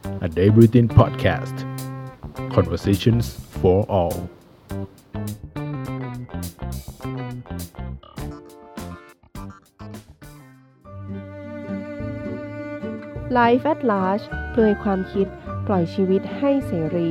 A Day Routine Podcast Conversations for all Life at Large เปลือยความคิดปล่อยชีวิตให้เสรี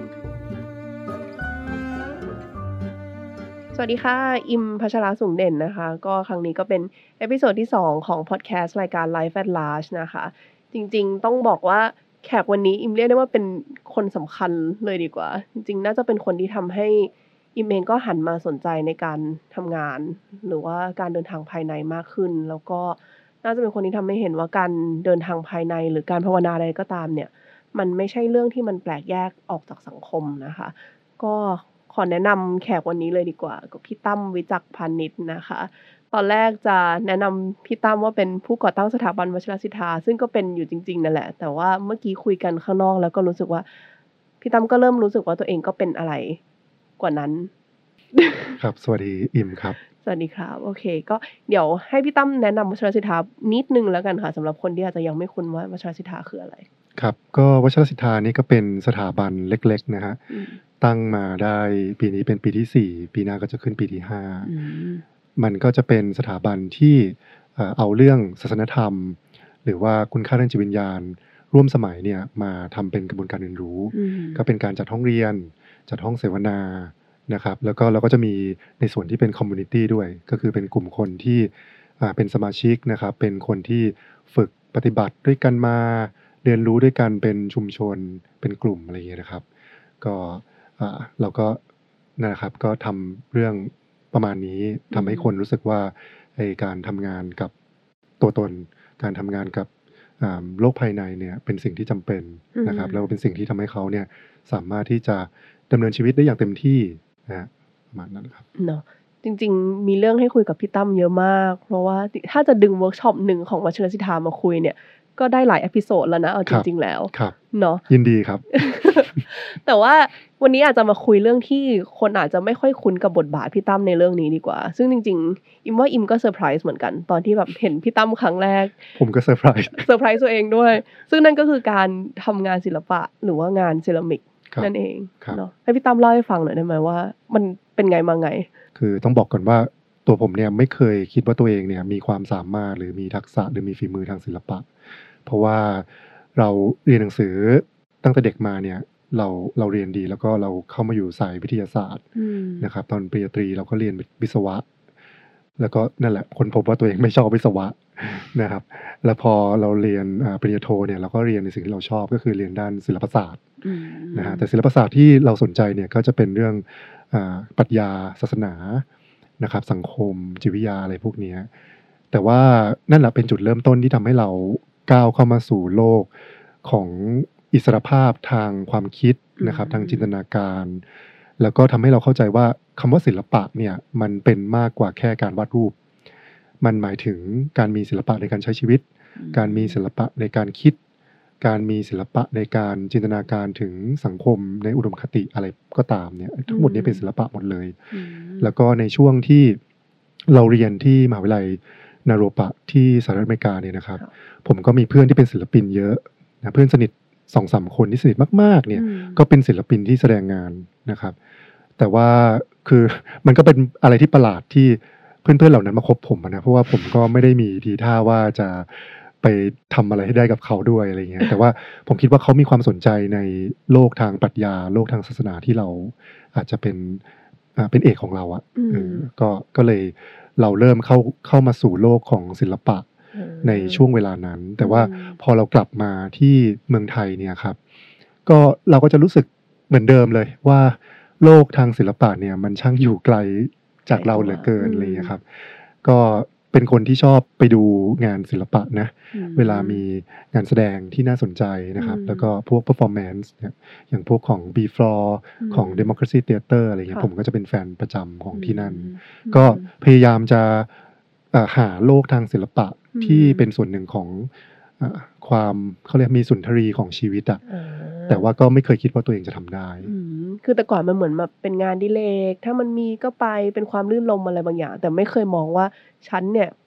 สวัสดีค่ะอิมพัชราสุงเด่นนะคะก็ครั้งนี้ก็เป็นเอพิโซดที่2ของพอดแคสต์รายการ Life at Large นะคะจริงๆต้องบอกว่าแขกวันนี้อิมเรียกได้ว่าเป็นคนสำคัญเลยดีกว่าจริงๆน่าจะเป็นคนที่ทำให้อิมเองก็หันมาสนใจในการทำงานหรือว่าการเดินทางภายในมากขึ้นแล้วก็น่าจะเป็นคนที่ทำให้เห็นว่าการเดินทางภายในหรือการภาวนาอะไรก็ตามเนี่ยมันไม่ใช่เรื่องที่มันแปลกแยกออกจากสังคมนะคะก็ขอแนะนำแขกวันนี้เลยดีกว่ากับพี่ตั้มวิจักรพานิชนะคะตอนแรกจะแนะนำพี่ตั้มว่าเป็นผู้ก่อตั้งสถาบันวชิรสิทธาซึ่งก็เป็นอยู่จริงๆนั่นแหละแต่ว่าเมื่อกี้คุยกันข้างนอกแล้วก็รู้สึกว่าพี่ตั้มก็เริ่มรู้สึกว่าตัวเองก็เป็นอะไรกว่านั้นครับสวัสดีอิมครับสวัสดีครับโอเคก็เดี๋ยวให้พี่ตั้มแนะนำวชิรสิทธานิดนึงแล้วกันค่ะสำหรับคนที่อาจจะยังไม่คุ้นว่าวชิรสิทธาคืออะไรครับก็วชิรสิทธานี่ก็เป็นสถาบันเล็กๆนะฮะตั้งมาได้ปีนี้เป็นปีที่4ปีหน้าก็จะขึ้นปีที่5มันก็จะเป็นสถาบันที่เอาเรื่องศาสนธรรมหรือว่าคุณค่าทางจิตวิญญาณร่วมสมัยเนี่ยมาทำเป็นกระบวนการเรียนรู้ก็เป็นการจัดห้องเรียนจัดห้องเสวนานะครับแล้วก็เราก็จะมีในส่วนที่เป็นคอมมูนิตี้ด้วยก็คือเป็นกลุ่มคนที่เป็นสมาชิกนะครับเป็นคนที่ฝึกปฏิบัติด้วยกันมาเรียนรู้ด้วยกันเป็นชุมชนเป็นกลุ่มอะไรอย่างเงี้ยนะครับก็เราก็นะครับก็ทำเรื่องประมาณนี้ทำให้คนรู้สึกว่าการทำงานกับตัวตนการทำงานกับโลกภายในเนี่ยเป็นสิ่งที่จำเป็นนะครับแล้วเป็นสิ่งที่ทำให้เขาเนี่ยสามารถที่จะดำเนินชีวิตได้อย่างเต็มที่นะประมาณนั้นครับเนาะจริงๆมีเรื่องให้คุยกับพี่ตั้มเยอะมากเพราะว่าถ้าจะดึงเวิร์กช็อปหนึ่งของวชิรสิทธามาคุยเนี่ยก็ได้หลายเอพิโซดแล้วนะเอาจริงๆแล้วเนาะยินดีครับแต่ว่าวันนี้อาจจะมาคุยเรื่องที่คนอาจจะไม่ค่อยคุ้นกับบทบาทพี่ตั้มในเรื่องนี้ดีกว่าซึ่งจริงๆอิมว่าอิมก็เซอร์ไพรส์เหมือนกันตอนที่แบบเห็นพี่ตั้มครั้งแรกผมก็เซอร์ไพรส์ตัวเองด้วยซึ่งนั่นก็คือการทำงานศิลปะหรือว่างานเซรามิกนั่นเองเนาะให้พี่ตั้มเล่าให้ฟังหน่อยได้ไหมว่ามันเป็นไงมาไงคือต้องบอกก่อนว่าตัวผมเนี่ยไม่เคยคิดว่าตัวเองเนี่ยมีความสามารถหรือมีทักษะหรือมีฝีมือทางศิลปะเพราะว่าเราเรียนหนังสือตั้งแต่เด็กมาเนี่ยเราเรียนดีแล้วก็เราเข้ามาอยู่สายวิทยาศาสตร์นะครับตอนปริญญาตรีเราก็เรียนวิศวะแล้วก็นั่นแหละคนพบว่าตัวเองไม่ชอบวิศวะนะครับแล้วพอเราเรียนปริญญาโทเนี่ยเราก็เรียนในสิ่งที่เราชอบก็คือเรียนด้านศิลปศาสตร์นะฮะแต่ศิลปศาสตร์ที่เราสนใจเนี่ยก็จะเป็นเรื่องปรัชญาศาสนานะครับสังคมจิตวิทยาอะไรพวกนี้แต่ว่านั่นแหละเป็นจุดเริ่มต้นที่ทำให้เราก้าวเข้ามาสู่โลกของอิสรภาพทางความคิดนะครับทางจินตนาการแล้วก็ทำให้เราเข้าใจว่าคำว่าศิลปะเนี่ยมันเป็นมากกว่าแค่การวาดรูปมันหมายถึงการมีศิลปะในการใช้ชีวิตการมีศิลปะในการคิดการมีศิลปะในการจินตนาการถึงสังคมในอุดมคติอะไรก็ตามเนี่ยทั้งหมดนี้เป็นศิลปะหมดเลยแล้วก็ในช่วงที่เราเรียนที่มหาวิทยาลัยนาโรปะที่สหรัฐอเมริกาเนี่ยนะครับผมก็มีเพื่อนที่เป็นศิลปินเยอะนะเพื่อนสนิท 2-3 คนที่สนิทมากๆเนี่ยก็เป็นศิลปินที่แสดงงานนะครับแต่ว่าคือมันก็เป็นอะไรที่ประหลาดที่เพื่อนๆเหล่านั้นมาคบผมนะเพราะว่าผมก็ไม่ได้มีทีท่าว่าจะไปทำอะไรให้ได้กับเขาด้วยอะไรเงี้ยแต่ว่าผมคิดว่าเขามีความสนใจในโลกทางปรัชญาโลกทางศาสนาที่เราอาจจะเป็นเอกของเราอะก็เลยเราเริ่มเข้ามาสู่โลกของศิลปะในช่วงเวลานั้นแต่ว่าพอเรากลับมาที่เมืองไทยเนี่ยครับก็เราก็จะรู้สึกเหมือนเดิมเลยว่าโลกทางศิลปะเนี่ยมันช่างอยู่ไกลจากเราเหลือเกินอะไรอย่างเงี้ยครับก็เป็นคนที่ชอบไปดูงานศิลปะนะเวลามีงานแสดงที่น่าสนใจนะครับแล้วก็พวก performance เนี่ยอย่างพวกของ B-Floor ของ Democracy Theater อะไรเงี้ยผมก็จะเป็นแฟนประจำของที่นั่นก็พยายามจะหาโลกทางศิลปะที่เป็นส่วนหนึ่งของความเขาเรียกมีสุนทรีของชีวิตอะแต่ว่าก็ไม่เคยคิดว่าตัวเองจะทำได้คือแต่ก่อนมันเหมือนแบบเป็นงานดิเรกถ้ามันมีก็ไปเป็นความลื่นลมอะไรบางอย่างแต่ไม่เคยมองว่าฉันเนี่ย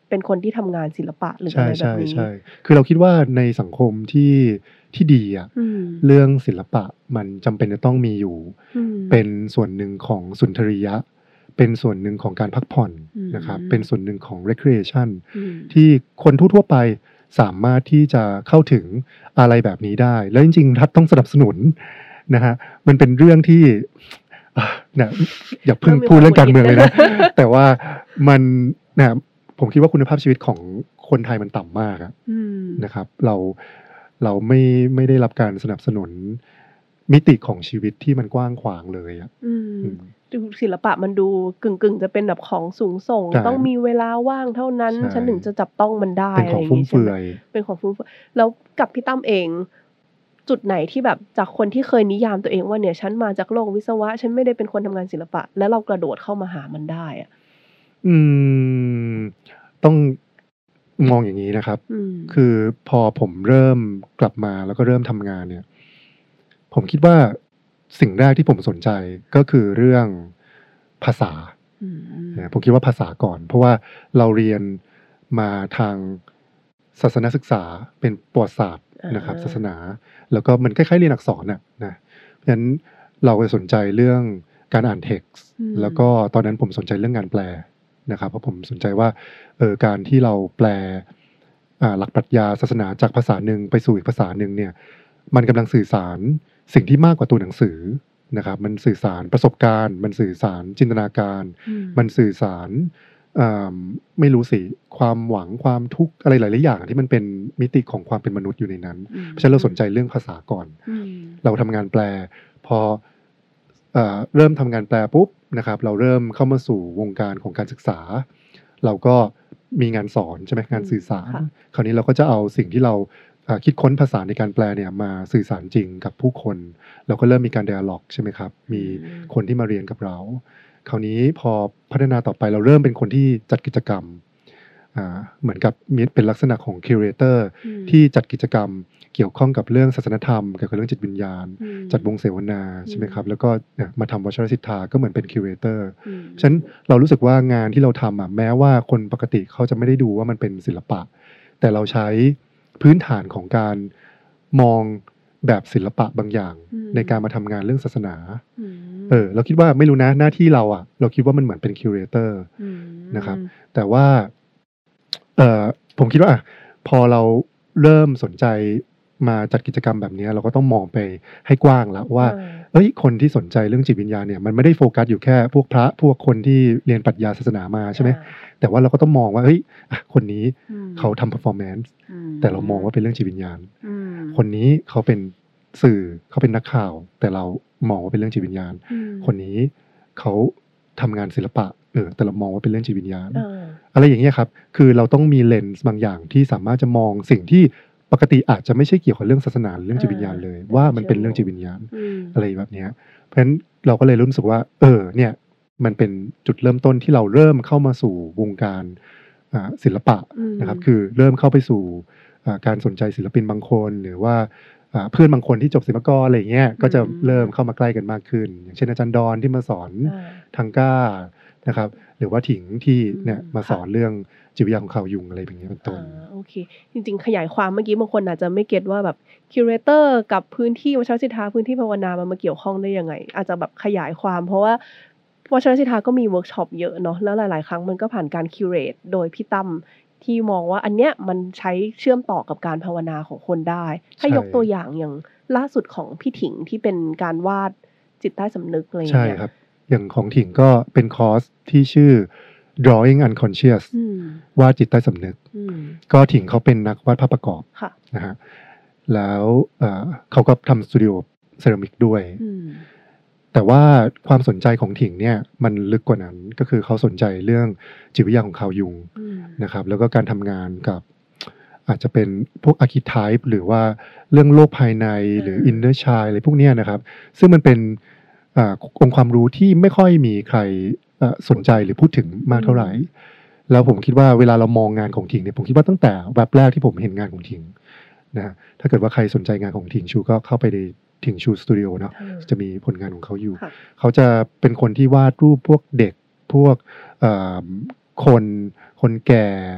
เป็นคนที่ทำงานศิลปะหรืออะใช่ไรแบบนี้ใช่คือเราคิดว่าในสังคมที่ดีอ่ะอืมเรื่องศิลปะมันจำเป็นจะต้องมีอยู่อืมเป็นส่วนหนึ่งของสุนทรียะ เป็นส่วนหนึ่งของการพักผ่อนอืมนะครับเป็นส่วนหนึ่งของ recreation อืมที่คนทั่วๆไปสามารถที่จะเข้าถึงอะไรแบบนี้ได้ แล้วจริงๆรัฐต้องสนับสนุนนะฮะมันเป็นเรื่องที่เนี่ยอย่าเพิ่งพูดเรื่องการเมืองเลยนะ แต่ว่ามันนะผมคิดว่าคุณภาพชีวิตของคนไทยมันต่ำมากอะอืมนะครับเราไม่ได้รับการสนับสนุนมิติของชีวิตที่มันกว้างขวางเลยอ่ะอืมอืมดูศิลปะมันดูกึ่งจะเป็นแบบของสูงส่งใช่ต้องมีเวลาว่างเท่านั้นใช่ฉันถึงจะจับต้องมันได้เป็นของฟุ่มเฟือยเป็นของฟุ่มเฟือยแล้วกับพี่ตั้มเอง จุดไหนที่แบบจากคนที่เคยนิยามตัวเองว่าเนี่ยฉันมาจากโลกวิศวะ ฉันไม่ได้เป็นคนทำงานศิลปะ แล้วเรากระโดดเข้ามาหามันได้อะอืมต้องมองอย่างนี้นะครับอืมคือพอผมเริ่มกลับมาแล้วก็เริ่มทำงานเนี่ย ผมคิดว่าสิ่งแรกที่ผมสนใจก็คือเรื่องภาษาอืมผมคิดว่าภาษาก่อน เพราะว่าเราเรียนมาทางศาสนศึกษาเป็นประวัติศาสตร์นะครับ ศาสนา แล้วก็มันคล้ายๆเรียนอักษรน่ะนะเพราะฉะนั้นเราไปสนใจเรื่องการอ่านเท็กซ์อืมแล้วก็ตอนนั้นผมสนใจเรื่องงานแปลนะครับ เพราะผมสนใจว่าการที่เราแปลหลักปรัชญาศาสนาจากภาษาหนึ่งไปสู่อีกภาษาหนึ่งเนี่ย มันกำลังสื่อสารสิ่งที่มากกว่าตัวหนังสือนะครับ มันสื่อสารประสบการณ์ มันสื่อสารจินตนาการอืมมันสื่อสารไม่รู้สิความหวังความทุกข์อะไรหลายๆอย่างที่มันเป็นมิติของความเป็นมนุษย์อยู่ในนั้นอืมเพราะฉะนั้นเราสนใจเรื่องภาษาก่อนอืมเราทำงานแปลพอเริ่มทำงานแปลปุ๊บนะครับเราเริ่มเข้ามาสู่วงการของการศึกษา เราก็มีงานสอนใช่ไหมงานสื่อสารค่ะคราวนี้เราก็จะเอาสิ่งที่เราคิดค้นภาษาในการแปลเนี่ยมาสื่อสารจริงกับผู้คนเราก็เริ่มมีการ dialog ใช่ไหมครับมีคนที่มาเรียนกับเรา คราวนี้พอพัฒนาต่อไปเราเริ่มเป็นคนที่จัดกิจกรรมเหมือนกับมีเป็นลักษณะของคิวเรเตอร์อืมที่จัดกิจกรรมเกี่ยวข้องกับเรื่องศาสนธรรมเกี่ยวกับเรื่องจิตวิญญาณอืมจัดวงเสวนาใช่ไหมครับแล้วก็เนี่ยมาทำวัชรศิทธาก็เหมือนเป็นคิวเรเตอร์อืมฉะนั้นเรารู้สึกว่างานที่เราทำแม้ว่าคนปกติเขาจะไม่ได้ดูว่ามันเป็นศิลปะ แต่เราใช้พื้นฐานของการมองแบบศิลปะบางอย่าง ในการมาทำงานเรื่องศาสนาอืมเราคิดว่าไม่รู้นะหน้าที่เราเราคิดว่ามันเหมือนเป็นคิวเรเตอร์อืมนะครับแต่ว่าผมคิดว่าพอเราเริ่มสนใจมาจัดกิจกรรมแบบนี้เราก็ต้องมองไปให้กว้างแล้วว่าคนที่สนใจเรื่องจิตวิญญาณเนี่ยมันไม่ได้โฟกัสอยู่แค่พวกพระพวกคนที่เรียนปรัชญาศาสนามาใช่ไหมแต่ว่าเราก็ต้องมองว่าคนนี้อืมเขาทำ performance อืมแต่เรามองว่าเป็นเรื่องจิตวิญญาณอืมคนนี้เขาเป็นสื่อเขาเป็นนักข่าว แต่เรามองว่าเป็นเรื่องจิตวิญญาณอืมคนนี้เขาทำงานศิลปะแต่เรามองว่าเป็นเรื่องจิตวิญญาณอ่าอะไรอย่างเงี้ยครับคือเราต้องมีเลนส์บางอย่างที่สามารถจะมองสิ่งที่ปกติอาจจะไม่ใช่เกี่ยวกับเรื่องศาสนาหรือเรื่องจิตวิญญาณเลยว่ามันเป็นเรื่องจิตวิญญาณอืมอะไรแบบเนี้ยเพราะฉะนั้นเราก็เลยรู้สึกว่าเนี่ยมันเป็นจุดเริ่มต้นที่เราเริ่มเข้ามาสู่วงการศิลปะอืมนะครับคือเริ่มเข้าไปสู่การสนใจศิลปินบางคนหรือว่าเพื่อนบางคนที่จบศิลปากรอะไรอย่างเงี้ยก็จะเริ่มเข้ามาใกล้กันมากขึ้น อย่างเช่นอาจารย์ดอนที่มาสอนอ่าทางก้านะครับหรือว่าถิงที่เนี่ยอืมมาสอนเรื่องจิตวิญญาณของข่าวยุงอะไรแบบนี้เป็นต้นโอเค จริงๆ ขยายความเมื่อกี้บางคนอาจจะไม่เก็ตว่าแบบคิวเรเตอร์กับพื้นที่วัชรศิทธาพื้นที่ภาวนามันมาเกี่ยวข้องได้ยังไง อาจจะแบบขยายความ เพราะว่าวัชรศิทธาก็มีเวิร์กช็อปเยอะเนาะแล้วหลายๆครั้งมันก็ผ่านการคิวเรตโดยพี่ตั้มที่มองว่าอันเนี้ยมันใช้เชื่อมต่อกับการภาวนาของคนได้ ถ้ายกตัวอย่างอย่างล่าสุดของพี่ถิงที่เป็นการวาดจิตใต้สำนึกอะไรอย่างใช่เงี้ยครับอย่างของถิงก็เป็นคอร์สที่ชื่อ drawing unconscious อืมวาดจิตใต้สำนึกอืมก็ถิงเขาเป็นนักวาดภาพประกอบค่ะนะฮะแล้วเขาก็ทำสตูดิโอเซรามิกด้วยอืมแต่ว่าความสนใจของถิงเนี่ยมันลึกกว่านั้นก็คือเขาสนใจเรื่องจิตวิทยาของข่าวยุงอืมนะครับแล้วก็การทำงานกับอาจจะเป็นพวก archetype หรือว่าเรื่องโลกภายในหรือ inner child อะไรพวกเนี้ยนะครับซึ่งมันเป็นองค์ความรู้ที่ไม่ค่อยมีใครสนใจหรือพูดถึงมากเท่าไหร่ แล้วผมคิดว่าเวลาเรามองงานของถิงเนี่ยผมคิดว่าตั้งแต่แวบแรกที่ผมเห็นงานของถิงนะถ้าเกิดว่าใครสนใจงานของถิงชูก็เข้าไปในถิงชูสตูดิโอเนาะจะมีผลงานของเขาอยู่ค่ะเขาจะเป็นคนที่วาดรูปพวกเด็กพวกคนแก่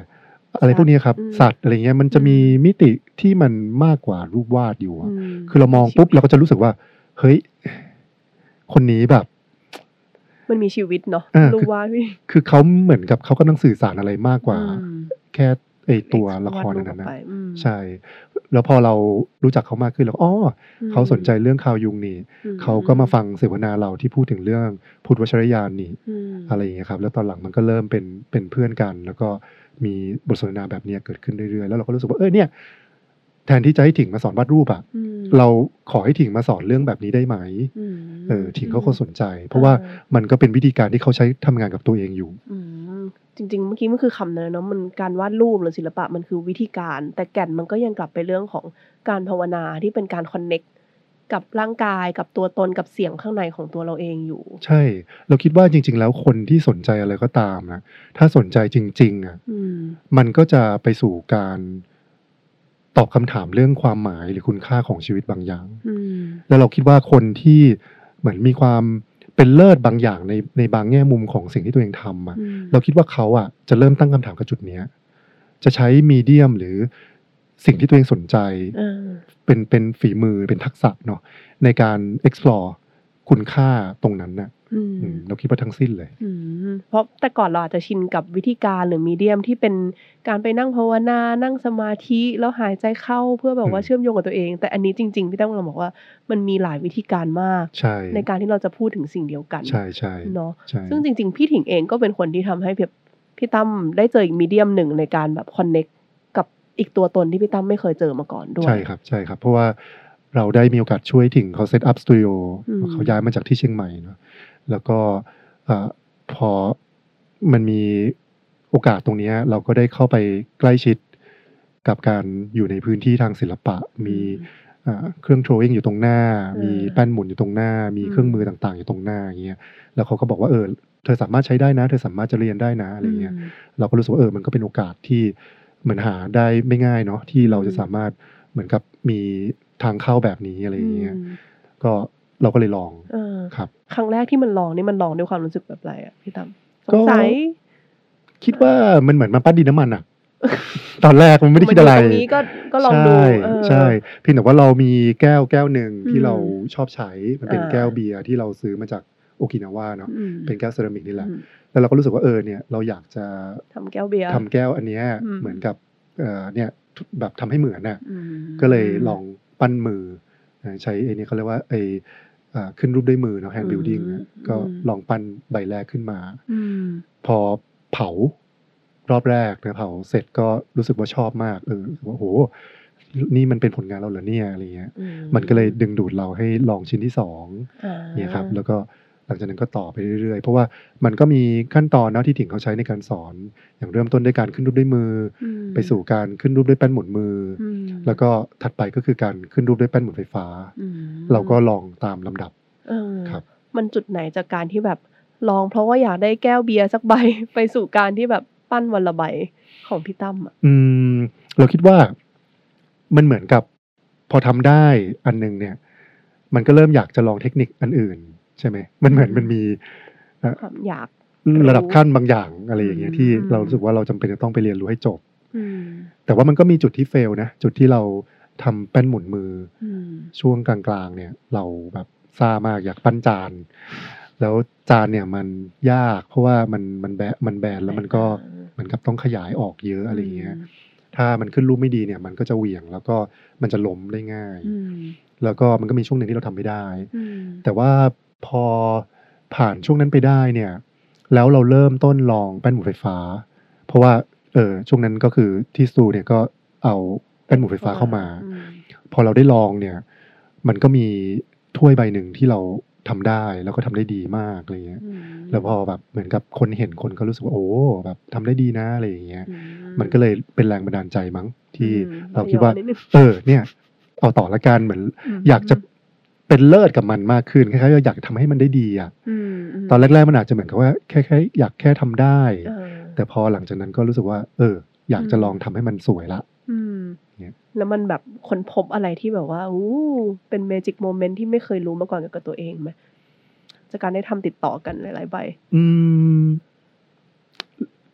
อะไรพวกนี้ครับอืมสัตว์อะไรเงี้ยมันจะมีมิติที่มันมากกว่ารูปวาดอยู่อะอืมคือเรามองปุ๊บเราก็จะรู้สึกว่าเฮ้ยคนนี้แบบมันมีชีวิตเนาะอ่ารูปวาดพี่คือเขาเหมือนกับเขากำลังสื่อสารอะไรมากกว่าอืมแค่ไอตัว Ex ละครวาดรูปนั้นออกนะไปอืมใช่ แล้วพอเรารู้จักเขามากขึ้นแล้วก็เขาสนใจเรื่องคาร์ลยุงนี่อืมเขาก็มาฟังเสวนาเราที่พูดถึงเรื่องพุทธวชรยานนี่อืมอะไรอย่างเงี้ยครับแล้วตอนหลังมันก็เริ่มเป็นเพื่อนกัน แล้วก็มีบทสนทนาแบบเนี้ยเกิดขึ้นเรื่อยๆแล้วเราก็รู้สึกว่าเนี่ยแทนที่จะให้ถิงมาสอนวาดรูปอ่ะอืมเราขอให้ถิงมาสอนเรื่องแบบนี้ได้ไหมอืมถิงเขาก็สนใจ เพราะว่ามันก็เป็นวิธีการที่เขาใช้ทำงานกับตัวเองอยู่อืมจริงๆเมื่อกี้มันคือคำนั้นเนาะมันการวาดรูปหรือศิลปะมันคือวิธีการ แต่แก่นมันก็ยังกลับไปเรื่องของการภาวนาที่เป็นการคอนเน็กกับร่างกายกับตัวตนกับเสียงข้างในของตัวเราเองอยู่ใช่ เราคิดว่าจริง ๆ แล้วคนที่สนใจอะไรก็ตามนะถ้าสนใจจริงๆอ่ะอืมมันก็จะไปสู่การตอบคำถามเรื่องความหมายหรือคุณค่าของชีวิตบางอย่างอืมแล้วเราคิดว่าคนที่เหมือนมีความเป็นเลิศบางอย่างในบางแง่มุมของสิ่งที่ตัวเองทำอ่ะอืมเราคิดว่าเขาอ่ะจะเริ่มตั้งคำถามกับจุดเนี้ยจะใช้มีเดียมหรือสิ่งที่ตัวเองสนใจเออเป็นฝีมือเป็นทักษะเนาะในการ explore คุณค่าตรงนั้นน่ะอืมเราคิดว่าทั้งสิ้นเลยอืมเพราะแต่ก่อนเราอาจจะชินกับวิธีการหรือมีเดียมที่เป็นการไปนั่งภาวนานั่งสมาธิแล้วหายใจเข้าเพื่อแบบว่าอืมเชื่อมโยงกับตัวเอง แต่อันนี้จริงๆพี่ตั้มเราบอกว่ามันมีหลายวิธีการมากใช่ในการที่เราจะพูดถึงสิ่งเดียวกันใช่ใช่เนาะใช่ซึ่งจริงๆพี่ถิงเองก็เป็นคนที่ทำให้พี่ตั้มได้เจออีกมีเดียมหนึ่งในการแบบคอนเน็กกับอีกตัวตนที่พี่ตั้มไม่เคยเจอมาก่อนด้วยใช่ครับใช่ครับ เพราะว่าเราได้มีโอกาสช่วยถิงเขาเซตอัพสตูดิโออืมเขาย้ายมาจากที่เชียงใหม่เนาะแล้วก็พอมันมีโอกาสตรงเนี้ยเราก็ได้เข้าไปใกล้ชิดกับการอยู่ในพื้นที่ทางศิลปะ มีเครื่องโทรวิ่งอยู่ตรงหน้า มีแป้นหมุนอยู่ตรงหน้า มีเครื่องมือต่างๆอยู่ตรงหน้าอย่างเงี้ยแล้วเขาก็บอกว่าเธอสามารถใช้ได้นะ เธอสามารถจะเรียนได้นะอะไรเงี้ย เราก็รู้สึกว่ามันก็เป็นโอกาสที่เหมือนหาได้ไม่ง่ายเนาะที่เราจะสามารถเหมือนกับมีทางเข้าแบบนี้อะไรอย่างเงี้ยก็เราก็เลยลอง ครับครั้งแรกที่มันลองนี่มันลองด้วยความรู้สึกแบบไรอ่ะพี่ตั้มสก็งสัยคิดว่ามันเหมือนมาปั้นดินน้ำมันอะตอนแรกมันไม่ได้คิดอะไรมันอยู่ตรงนี้ก็ลองดูใช่เออใช่เพียงแต่ว่าเรามีแก้วหนึ่งที่อืมเราชอบใช้มันเป็นอ่าแก้วเบียร์ที่เราซื้อมาจากโอกินาวาเนาะอืมเป็นแก้วเซรามิกนี่แหละอืมแล้วเราก็รู้สึกว่าเนี่ยเราอยากจะทำแก้วเบียร์ทำแก้วอันเนี้ยอืมเหมือนกับเนี่ยแบบทำให้เหมือนน่ะอืมก็เลยลองปั้นมือใช้ไอ้นี่เขาเรียกว่าขึ้นรูปด้วยมือเนาะ hand building นะก็ลองปั้นใบแรกขึ้นมาอืมพอเผารอบแรกนะเผาเสร็จก็รู้สึกว่าชอบมากว่าโหนี่มันเป็นผลงานเราเหรอเนี่ยอะไรเงี้ยอืมันก็เลยดึงดูดเราให้ลองชิ้นที่สองอ่าเนี่ยครับแล้วก็หลังจากนั้นก็ต่อไปเรื่อยๆ เพราะว่ามันก็มีขั้นตอนนะที่ถิงเขาใช้ในการสอน อย่างเริ่มต้นด้วยการขึ้นรูปด้วยมือออืมไปสู่การขึ้นรูปด้วยแป้นหมุนมือออืมแล้วก็ถัดไปก็คือการขึ้นรูปด้วยแป้นหมุนไฟฟ้าอืมเราก็ลองตามลำดับเออครับมันจุดไหนจากการที่แบบลองเพราะว่าอยากได้แก้วเบียร์สักใบ ไปสู่การที่แบบปั้นวันละใบของพี่ตั้มอ่ะเราคิดว่ามันเหมือนกับพอทำได้อันนึงเนี่ย มันก็เริ่มอยากจะลองเทคนิคอันอื่นใช่ไหมมันเหมือนมันมีเอ่อความอยากระดับขั้นบางอย่างอะไรอย่างเงี้ยที่อืมเรารู้สึกว่าเราจำเป็นจะต้องไปเรียนรู้ให้จบอืมแต่ว่ามันก็มีจุดที่เฟลนะจุดที่เราทำแป้นหมุนมืออืมช่วงกลางๆเนี่ย เราแบบซ่ามากอยากปั้นจาน แล้วจานเนี่ยมันยากเพราะว่ามันแบนแล้วมันก็เหมือนกับต้องขยายออกเยอะอะไรเงี้ย ถ้ามันขึ้นรูปไม่ดีเนี่ยมันก็จะเหวี่ยงแล้วก็มันจะล้มได้ง่ายอืมแล้วก็มันก็มีช่วงหนึ่งที่เราทำไม่ได้อืมแต่ว่าพอผ่านช่วงนั้นไปได้เนี่ย แล้วเราเริ่มต้นลองแป้นหมุนไฟฟ้า เพราะว่าช่วงนั้นก็คือที่สตูเนี่ยก็เอาแป้นหมุนไฟฟ้าเข้ามาอืมพอเราได้ลองเนี่ย มันก็มีถ้วยใบหนึ่งที่เราทำได้แล้วก็ทำได้ดีมากอะไรเงี้ยอืมแล้วพอแบบเหมือนกับคนเห็นคนก็รู้สึกว่าโอ้แบบทำได้ดีนะอะไรอย่างเงี้ยอืมันก็เลยเป็นแรงบันดาลใจมั้งที่อืมเราคิดว่าย้อนนิดนึงเนี่ยเอาต่อละกันเหมือนมอยากจะเป็นเลิศกับมันมากขึ้นคล้ายๆว่าอยากทำให้มันได้ดีอ่ะอืมมตอนแรกๆมันอาจจะเหมือนกับว่าแค่อยากแค่ทำได้เออแต่พอหลังจากนั้นก็รู้สึกว่าอยากจะลองทำให้มันสวยละอืมเนี่ยแล้วมันแบบค้นพบอะไรที่แบบว่าเป็นเมจิกโมเมนต์ที่ไม่เคยรู้มาก่อนกับตัวเองไหมจากการได้ทำติดต่อกันหลายๆใบอืม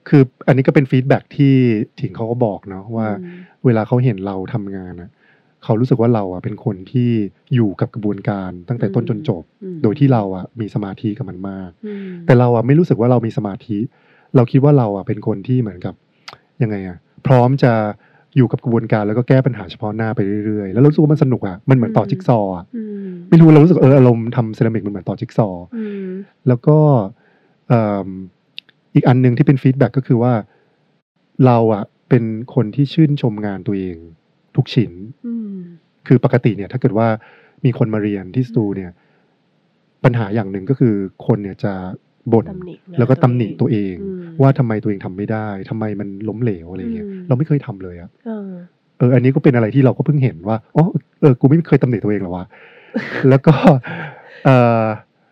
คืออันนี้ก็เป็นฟีดแบ็กที่ถิงเขาก็บอกเนาะว่าอืมเวลาเขาเห็นเราทำงานอะเขารู้สึกว่าเราอะเป็นคนที่อยู่กับกระบวนการตั้งแต่ต้นจนจบอืมโดยที่เราอะมีสมาธิกับมันมากอืมแต่เราอะไม่รู้สึกว่าเรามีสมาธิ เราคิดว่าเราอะเป็นคนที่เหมือนกับยังไงอะพร้อมจะอยู่กับกระบวนการแล้วก็แก้ปัญหาเฉพาะหน้าไปเรื่อยๆแล้วเรารู้สึกว่ามันสนุกอะมันเหมือนต่อจิ๊กซอว์อะอืมไม่รู้เรารู้สึกอารมณ์ทำเซรามิกมันเหมือนต่อจิ๊กซอว์อืมแล้วก็เอิ่มอีกอันหนึงที่เป็นฟีดแบ็กก็คือว่าเราอะเป็นคนที่ชื่นชมงานตัวเองทุกชิ้นอืมคือปกติเนี่ยถ้าเกิดว่ามีคนมาเรียนที่สตูเนี่ยปัญหาอย่างหนึ่งก็คือคนเนี่ยจะบ่นตำหนิงานแล้วก็ตำหนิตัวเองอืมว่าทำไมตัวเองทำไม่ได้ทำไมมันล้มเหลวอะไรเงี้ยอืมเราไม่เคยทำเลยอะเอออันนี้ก็เป็นอะไรที่เราก็เพิ่งเห็นว่าอ๋อกูไม่เคยตำหนิตัวเองหรอวะ แล้วก็เออ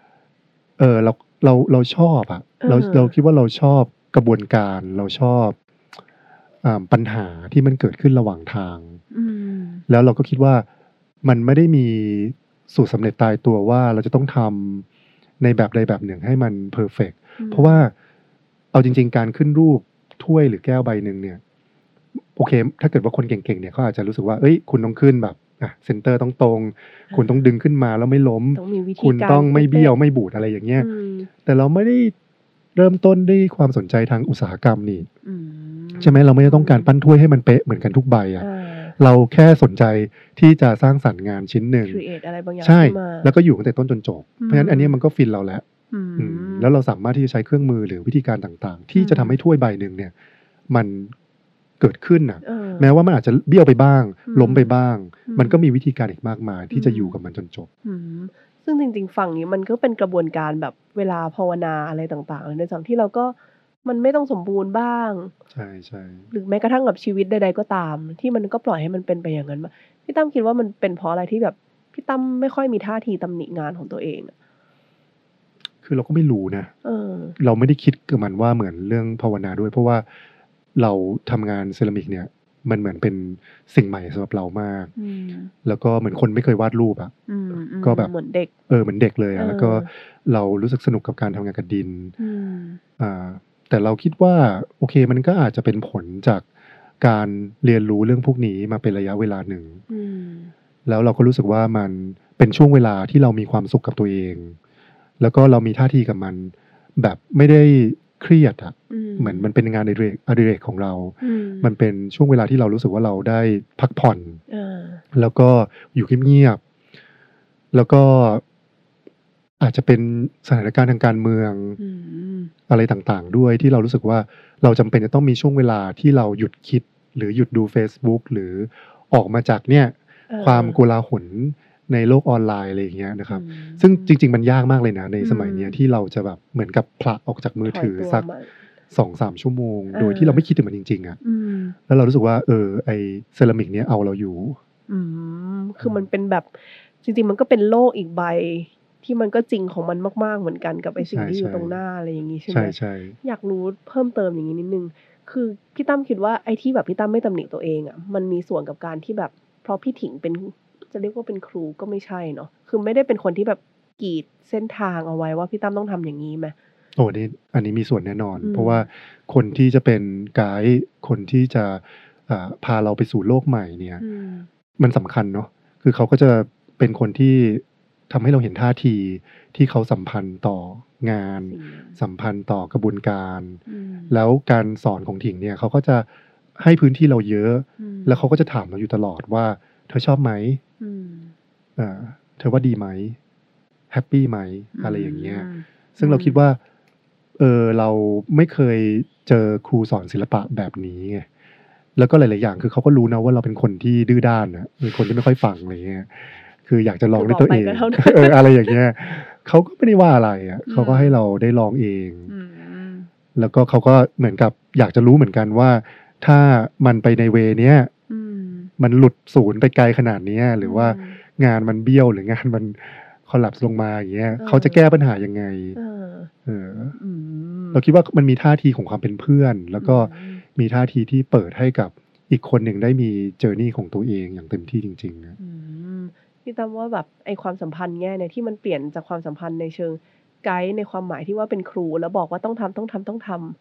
เราชอบอะเราคิดว่าเราชอบกระบวนการเราชอบปัญหาที่มันเกิดขึ้นระหว่างทางอืมแล้วเราก็คิดว่ามันไม่ได้มีสูตรสำเร็จตายตัวว่าเราจะต้องทำในแบบใดแบบหนึ่งให้มันเพอร์เฟกต์เพราะว่าเอาจริงๆการขึ้นรูปถ้วยหรือแก้วใบหนึ่งเนี่ยโอเคถ้าเกิดว่าคนเก่งๆเนี่ยเขาอาจจะรู้สึกว่าเอ้ยคุณต้องขึ้นแบบเซนเตอร์ต้องตรงคุณต้องดึงขึ้นมาแล้วไม่ล้มต้องมีวิธีคุณการต้องไม่เบี้ยวป๊ะไม่บูดอะไรอย่างเงี้ยอืมแต่เราไม่ได้เริ่มต้นด้วยความสนใจทางอุตสาหกรรมนี่อืมใช่ไหมเราไม่ได้ต้องการปั้นถ้วยให้มันเป๊ะเหมือนกันทุกใบอ่ะอ่าเราแค่สนใจที่จะสร้างสรรค์งานชิ้นหนึ่ง create อะไรบางอย่างใช่ขึ้นมาแล้วก็อยู่ตั้งแต่ต้นจนจบ เพราะฉะนั้นอันนี้มันก็ฟินเราแล้วอืมแล้วเราสามารถที่จะใช้เครื่องมือหรือวิธีการต่างๆ ที่จะทำให้ถ้วยใบหนึ่งเนี่ยมันเกิดขึ้นน่ะเออแม้ว่ามันอาจจะเบี้ยวไปบ้างอืมล้มไปบ้างอืมมันก็มีวิธีการอีกมากมายที่จะอยู่กับมันจนจบอืมซึ่งจริงๆฝั่งนี้มันก็เป็นกระบวนการแบบเวลาภาวนาอะไรต่างๆเลยในส่วนที่เราก็มันไม่ต้องสมบูรณ์บ้างใช่ใช่หรือแม้กระทั่งกับชีวิตใดๆก็ตาม ที่มันก็ปล่อยให้มันเป็นไปอย่างนั้นมาพี่ตั้มคิดว่ามันเป็นเพราะอะไรที่แบบพี่ตั้มไม่ค่อยมีท่าทีตำหนิงานของตัวเองอะคือเราก็ไม่รู้นะเออเราไม่ได้คิดกับมันว่าเหมือนเรื่องภาวนาด้วย เพราะว่าเราทำงานเซรามิกเนี่ยมันเหมือนเป็นสิ่งใหม่สำหรับเรามากอืมแล้วก็เหมือนคนไม่เคยวาดรูปอะอืมก็แบบเหมือนเด็กเหมือนเด็กเลยเออะอแล้วก็เรารู้สึกสนุกกับการทำงานกับดินอืมแต่เราคิดว่าโอเคมันก็อาจจะเป็นผลจากการเรียนรู้เรื่องพวกนี้มาเป็นระยะเวลาหนึ่งอืมแล้วเราก็รู้สึกว่ามันเป็นช่วงเวลาที่เรามีความสุขกับตัวเอง แล้วก็เรามีท่าทีกับมันแบบไม่ได้เครียดอะอืมเหมือนมันเป็นงานอดิเรกของเราอืมมันเป็นช่วงเวลาที่เรารู้สึกว่าเราได้พักผ่อนอ่าแล้วก็อยู่เงียบๆแล้วก็อาจจะเป็นสถานการณ์ทางการเมืองอืมอะไรต่างๆด้วยที่เรารู้สึกว่าเราจำเป็นจะต้องมีช่วงเวลาที่เราหยุดคิดหรือหยุดดู Facebook หรือออกมาจากเนี่ยเออความโกลาหลในโลกออนไลน์อะไรอย่างเงี้ยนะครับอืมซึ่งจริงๆมันยากมากเลยนะในสมัยเนี้ยอืมที่เราจะแบบเหมือนกับผละออกจากมือถือถอยตัวสักมา 2-3 ชั่วโมงเออโดยที่เราไม่คิดถึงมันจริงๆอ่ะอืมแล้วเรารู้สึกว่าไอเซรามิกเนี้ยเอาเราอยู่อืม คือมันเป็นแบบจริงๆมันก็เป็นโลกอีกใบที่มันก็จริงของมันมากๆเหมือนกันกับไอ้สิ่งใช่ที่อยู่ใช่ตรงหน้าอะไรอย่างนี้ใช่ไหใช่มใช่อยากรู้เพิ่มเติมอย่างนี้นิดนึง คือพี่ตั้มคิดว่าไอ้ที่แบบพี่ตั้มไม่ตำหนิตัวเองอ่ะมันมีส่วนกับการที่แบบเพราะพี่ถิงเป็นจะเรียกว่าเป็นครูก็ไม่ใช่เนาะคือไม่ได้เป็นคนที่แบบกีดเส้นทางเอาไว้ว่าพี่ตั้มต้องทำอย่างนี้ไหมอันนี้มีส่วนแน่นอนอืมเพราะว่าคนที่จะเป็นไกด์คนที่จะพาเราไปสู่โลกใหม่เนี่ยอืมมันสำคัญเนาะ คือเขาก็จะเป็นคนที่ทำให้เราเห็นท่าทีที่เขาสัมพันธ์ต่องานสิ่งนั้นสัมพันธ์ต่อกระบวนการอืมแล้วการสอนของถิงเนี่ยเขาก็จะให้พื้นที่เราเยอะอืมแล้วเขาก็จะถามเราอยู่ตลอดว่า เธอชอบไหมอืมเธอว่าดีไหมแฮปปี้ไหมอะไรอย่างเงี้ยมซึ่งเราคิดว่าเราไม่เคยเจอครูสอนศิลปะแบบนี้ไง แล้วก็หลายๆอย่างคือเขาก็รู้นะว่าเราเป็นคนที่ดื้อด้านนะเป็นคนที่ไม่ค่อยฟังอะไรเงี้ย คืออยากจะลองด้วยตัวเองคือบอกไปก็เท่านั้นอะไรอย่างเงี้ยเขาก็ไม่ได้ว่าอะไรอ่ะเขาก็ให้เราได้ลองเองอืมแล้วก็เขาก็เหมือนกับอยากจะรู้เหมือนกันว่า ถ้ามันไปในเวเนี้ยอืมมันหลุดศูนย์ไปไกลขนาดเนี้ยหรือว่าอืมงานมันเบี้ยวหรืองานมันคอลลัปส์ลงมาอย่างเงี้ยเออเขาจะแก้ปัญหายังไงเออเอออืมเราคิดว่ามันมีท่าทีของความเป็นเพื่อน แล้วก็อืมมีท่าทีที่เปิดให้กับอีกคนหนึ่งได้มีเจอร์นี่ของตัวเองอย่างเต็มที่จริงๆนะอืมพี่ตั้มว่าแบบไอความสัมพันธ์แง่เนี่ยที่มันเปลี่ยนจากความสัมพันธ์ในเชิงไกด์ในความหมายที่ว่าเป็นครูแล้วบอกว่าต้องทำ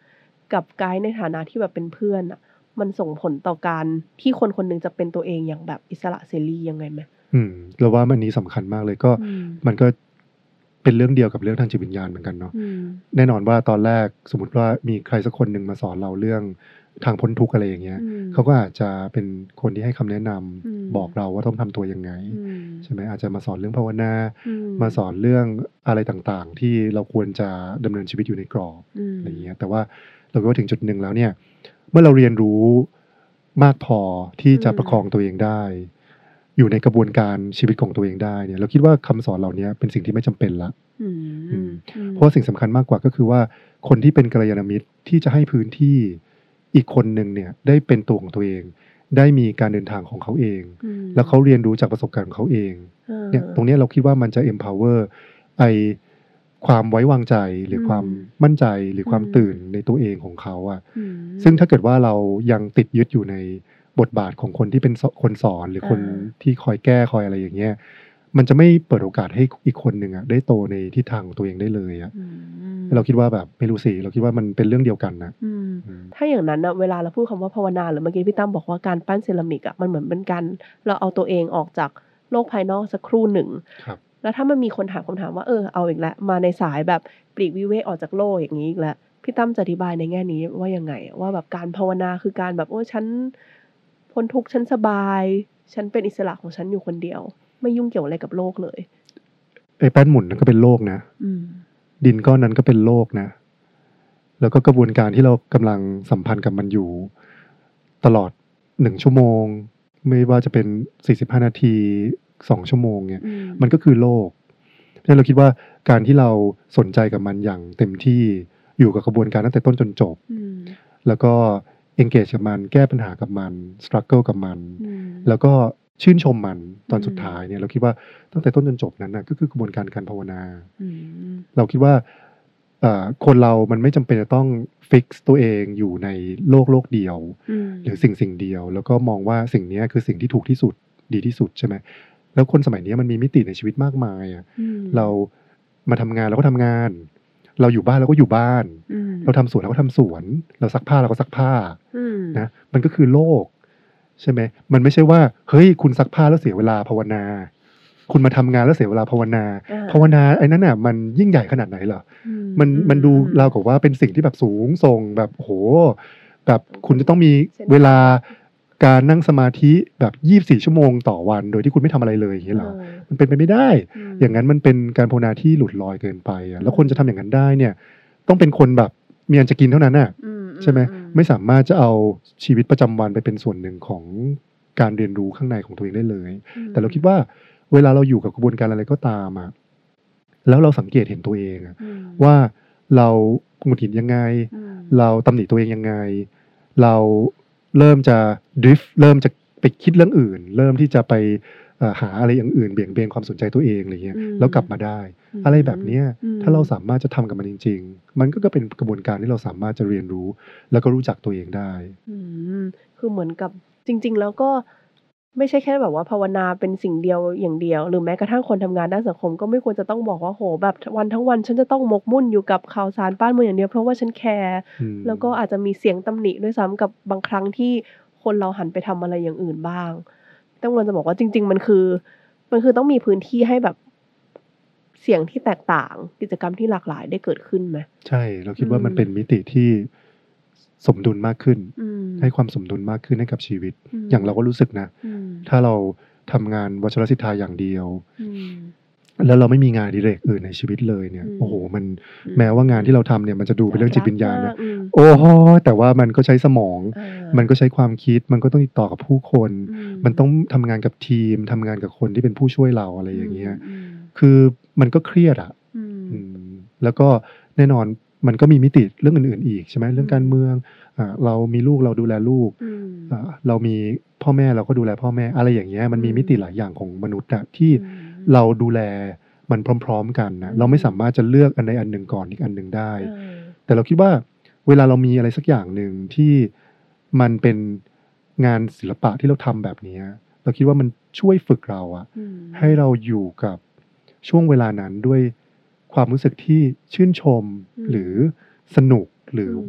กับไกด์ในฐานะที่แบบเป็นเพื่อนอ่ะมันส่งผลต่อการที่คนคนหนึ่งจะเป็นตัวเองอย่างแบบอิสระเสรียังไงไหมเราว่ามันนี้สำคัญมากเลยก็มันก็เป็นเรื่องเดียวกับเรื่องทางจิตวิญญาณเหมือนกันเนาะแน่นอนว่าตอนแรกสมมติว่ามีใครสักคนหนึ่งมาสอนเราเรื่องทางพ้นทุกข์อะไรอย่างเงี้ยเขาก็อาจจะเป็นคนที่ให้คำแนะนำบอกเราว่าต้องทำตัวยังไงใช่ไหมอาจจะมาสอนเรื่องภาวนามาสอนเรื่องอะไรต่างๆที่เราควรจะดำเนินชีวิตอยู่ในกรอบอะไรอย่างเงี้ยแต่ว่าเราก็ถึงจุดหนึ่งแล้วเนี่ยเมื่อเราเรียนรู้มากพอที่จะประคองตัวเองได้อยู่ในกระบวนการชีวิตของตัวเองได้เนี่ยเราคิดว่าคำสอนเหล่านี้เป็นสิ่งที่ไม่จำเป็นละเพราะสิ่งสำคัญมากกว่าก็คือว่าคนที่เป็นกัลยาณมิตรที่จะให้พื้นที่อีกคนหนึ่งเนี่ยได้เป็นตัวของตัวเองได้มีการเดินทางของเขาเองแล้วเขาเรียนรู้จากประสบการณ์ของเขาเองเนี่ยตรงนี้เราคิดว่ามันจะ empower ความไว้วางใจหรือความมั่นใจหรือความตื่นในตัวเองของเขาอ่ะซึ่งถ้าเกิดว่าเรายังติดยึดอยู่ในบทบาทของคนที่เป็นคนสอนหรือคนที่คอยแก้คอยอะไรอย่างเงี้ยมันจะไม่เปิดโอกาสให้อีกคนหนึ่งอ่ะได้โตในทิศทางของตัวเองได้เลยอ่ะเราคิดว่าแบบไม่รู้สิเราคิดว่ามันเป็นเรื่องเดียวกันนะถ้าอย่างนั้นนะเวลาเราพูดคำว่าภาวนาหรือเมื่อกี้พี่ตั้มบอกว่าการปั้นเซรามิกอ่ะมันเหมือนเป็นการเราเอาตัวเองออกจากโลกภายนอกสักครู่หนึ่งแล้วถ้ามันมีคนถามคำถามว่าเอาอีกแล้วมาในสายแบบปลีกวิเวกออกจากโลกอย่างนี้อีกแล้วพี่ตั้มจะอธิบายในแง่นี้ว่ายังไงว่าแบบการภาวนาคือการแบบฉันพ้นทุกข์ฉันสบายฉันเป็นอิสระของฉันอยู่คนเดียวไม่ยุ่งเกี่ยวอะไรกับโลกเลยไอ้แป้นหมุนนั่นก็เป็นโลกนะดินก้อนนั้นก็เป็นโลกนะแล้วก็กระบวนการที่เรากำลังสัมพันธ์กับมันอยู่ตลอด1 ชั่วโมงไม่ว่าจะเป็น45 นาที2 ชั่วโมงเนี่ยมันก็คือโลกเพราะฉะนั้นเราคิดว่าการที่เราสนใจกับมันอย่างเต็มที่อยู่กับกระบวนการตั้งแต่ต้นจนจบแล้วก็ engage กับมันแก้ปัญหากับมัน struggle กับมันแล้วก็ชื่นชมมันตอนสุดท้ายเนี่ยเราคิดว่าตั้งแต่ต้นจนจบนั้นนะก็คือกระบวนการภาวนาเราคิดว่าคนเรามันไม่จำเป็นจะต้องฟิกซ์ตัวเองอยู่ในโลกเดียวหรือสิ่งเดียวแล้วก็มองว่าสิ่งนี้คือสิ่งที่ถูกที่สุดดีที่สุดใช่ไหมแล้วคนสมัยนี้มันมีมิติในชีวิตมากมายอ่ะเรามาทำงานเราก็ทำงานเราอยู่บ้านเราก็อยู่บ้านเราทำสวนเราก็ทำสวนเราซักผ้าเราก็ซักผ้านะมันก็คือโลกใช่ไหมมันไม่ใช่ว่าเฮ้ยคุณซักผ้าแล้วเสียเวลาภาวนาคุณมาทำงานแล้วเสียเวลาภาวนาไอ้นั้นน่ะมันยิ่งใหญ่ขนาดไหนเหรอมันดูราวกับว่าเป็นสิ่งที่แบบสูงส่งแบบโหแบบคุณจะต้องมีเวลาการนั่งสมาธิแบบ24 ชั่วโมงต่อวันโดยที่คุณไม่ทำอะไรเลยอย่างนี้เหรอมันเป็นไปไม่ได้อย่างนั้นมันเป็นการภาวนาที่หลุดลอยเกินไปอ่ะแล้วคนจะทำอย่างนั้นได้เนี่ยต้องเป็นคนแบบมีอันจะกินเท่านั้นน่ะใช่ไหมไม่สามารถจะเอาชีวิตประจำวันไปเป็นส่วนหนึ่งของการเรียนรู้ข้างในของตัวเองได้เลยแต่เราคิดว่าเวลาเราอยู่กับกระบวนการอะไรก็ตามอ่ะแล้วเราสังเกตเห็นตัวเองอ่ะว่าเราหงุดหงิดยังไงเราตำหนิตัวเองยังไงเราเริ่มจะดริฟต์เริ่มจะไปคิดเรื่องอื่นเริ่มที่จะไปหาอะไรอย่างอื่นเบี่ยงเบนความสนใจตัวเองอะไรเงี้ยแล้วกลับมาได้อะไรแบบเนี้ยถ้าเราสามารถจะทำกับมันจริงๆมันก็เป็นกระบวนการที่เราสามารถจะเรียนรู้แล้วก็รู้จักตัวเองได้คือเหมือนกับจริงๆแล้วก็ไม่ใช่แค่แบบว่าภาวนาเป็นสิ่งเดียวอย่างเดียวหรือแม้กระทั่งคนทำงานด้านสังคมก็ไม่ควรจะต้องบอกว่าโหแบบวันทั้งวันฉันจะต้องหมกมุ่นอยู่กับข่าวสารบ้านเมืองอย่างเดียวเพราะว่าฉันแคร์แล้วก็อาจจะมีเสียงตำหนิด้วยซ้ำกับบางครั้งที่คนเราหันไปทำอะไรอย่างอื่นบ้างต้องควรจะบอกว่าจริงๆมันคือต้องมีพื้นที่ให้แบบเสียงที่แตกต่างกิจกรรมที่หลากหลายได้เกิดขึ้นไหมใช่เราคิดว่ามันเป็นมิติที่สมดุลมากขึ้นให้ความสมดุลมากขึ้นให้กับชีวิตอย่างเราก็รู้สึกนะถ้าเราทำงานวัชรศิลธาอย่างเดียวแล้วเราไม่มีงานอดิเรกอื่นในชีวิตเลยเนี่ยโอ้โหมันแม้ว่างานที่เราทำเนี่ยมันจะดูเป็นเรื่องจิตวิญญาณนะโอ้โหแต่ว่ามันก็ใช้สมองมันก็ใช้ความคิดมันก็ต้องติดต่อกับผู้คนมันต้องทำงานกับทีมทำงานกับคนที่เป็นผู้ช่วยเราอะไรอย่างเงี้ยคือมันก็เครียดอ่ะแล้วก็แน่นอนมันก็มีมิติเรื่องอื่นๆอีกใช่ไหมเรื่องการเมืองเรามีลูกเราดูแลลูกเรามีพ่อแม่เราก็ดูแลพ่อแม่อะไรอย่างเงี้ยมันมีมิติหลายอย่างของมนุษย์อะที่เราดูแลมันพร้อมๆกันนะเราไม่สามารถจะเลือกอันใดอันหนึ่งก่อนอีกอันหนึ่งได้แต่เราคิดว่าเวลาเรามีอะไรสักอย่างหนึ่งที่มันเป็นงานศิลปะที่เราทำแบบนี้เราคิดว่ามันช่วยฝึกเราอะให้เราอยู่กับช่วงเวลานั้นด้วยความรู้สึกที่ชื่นชมหรือสนุกหรือ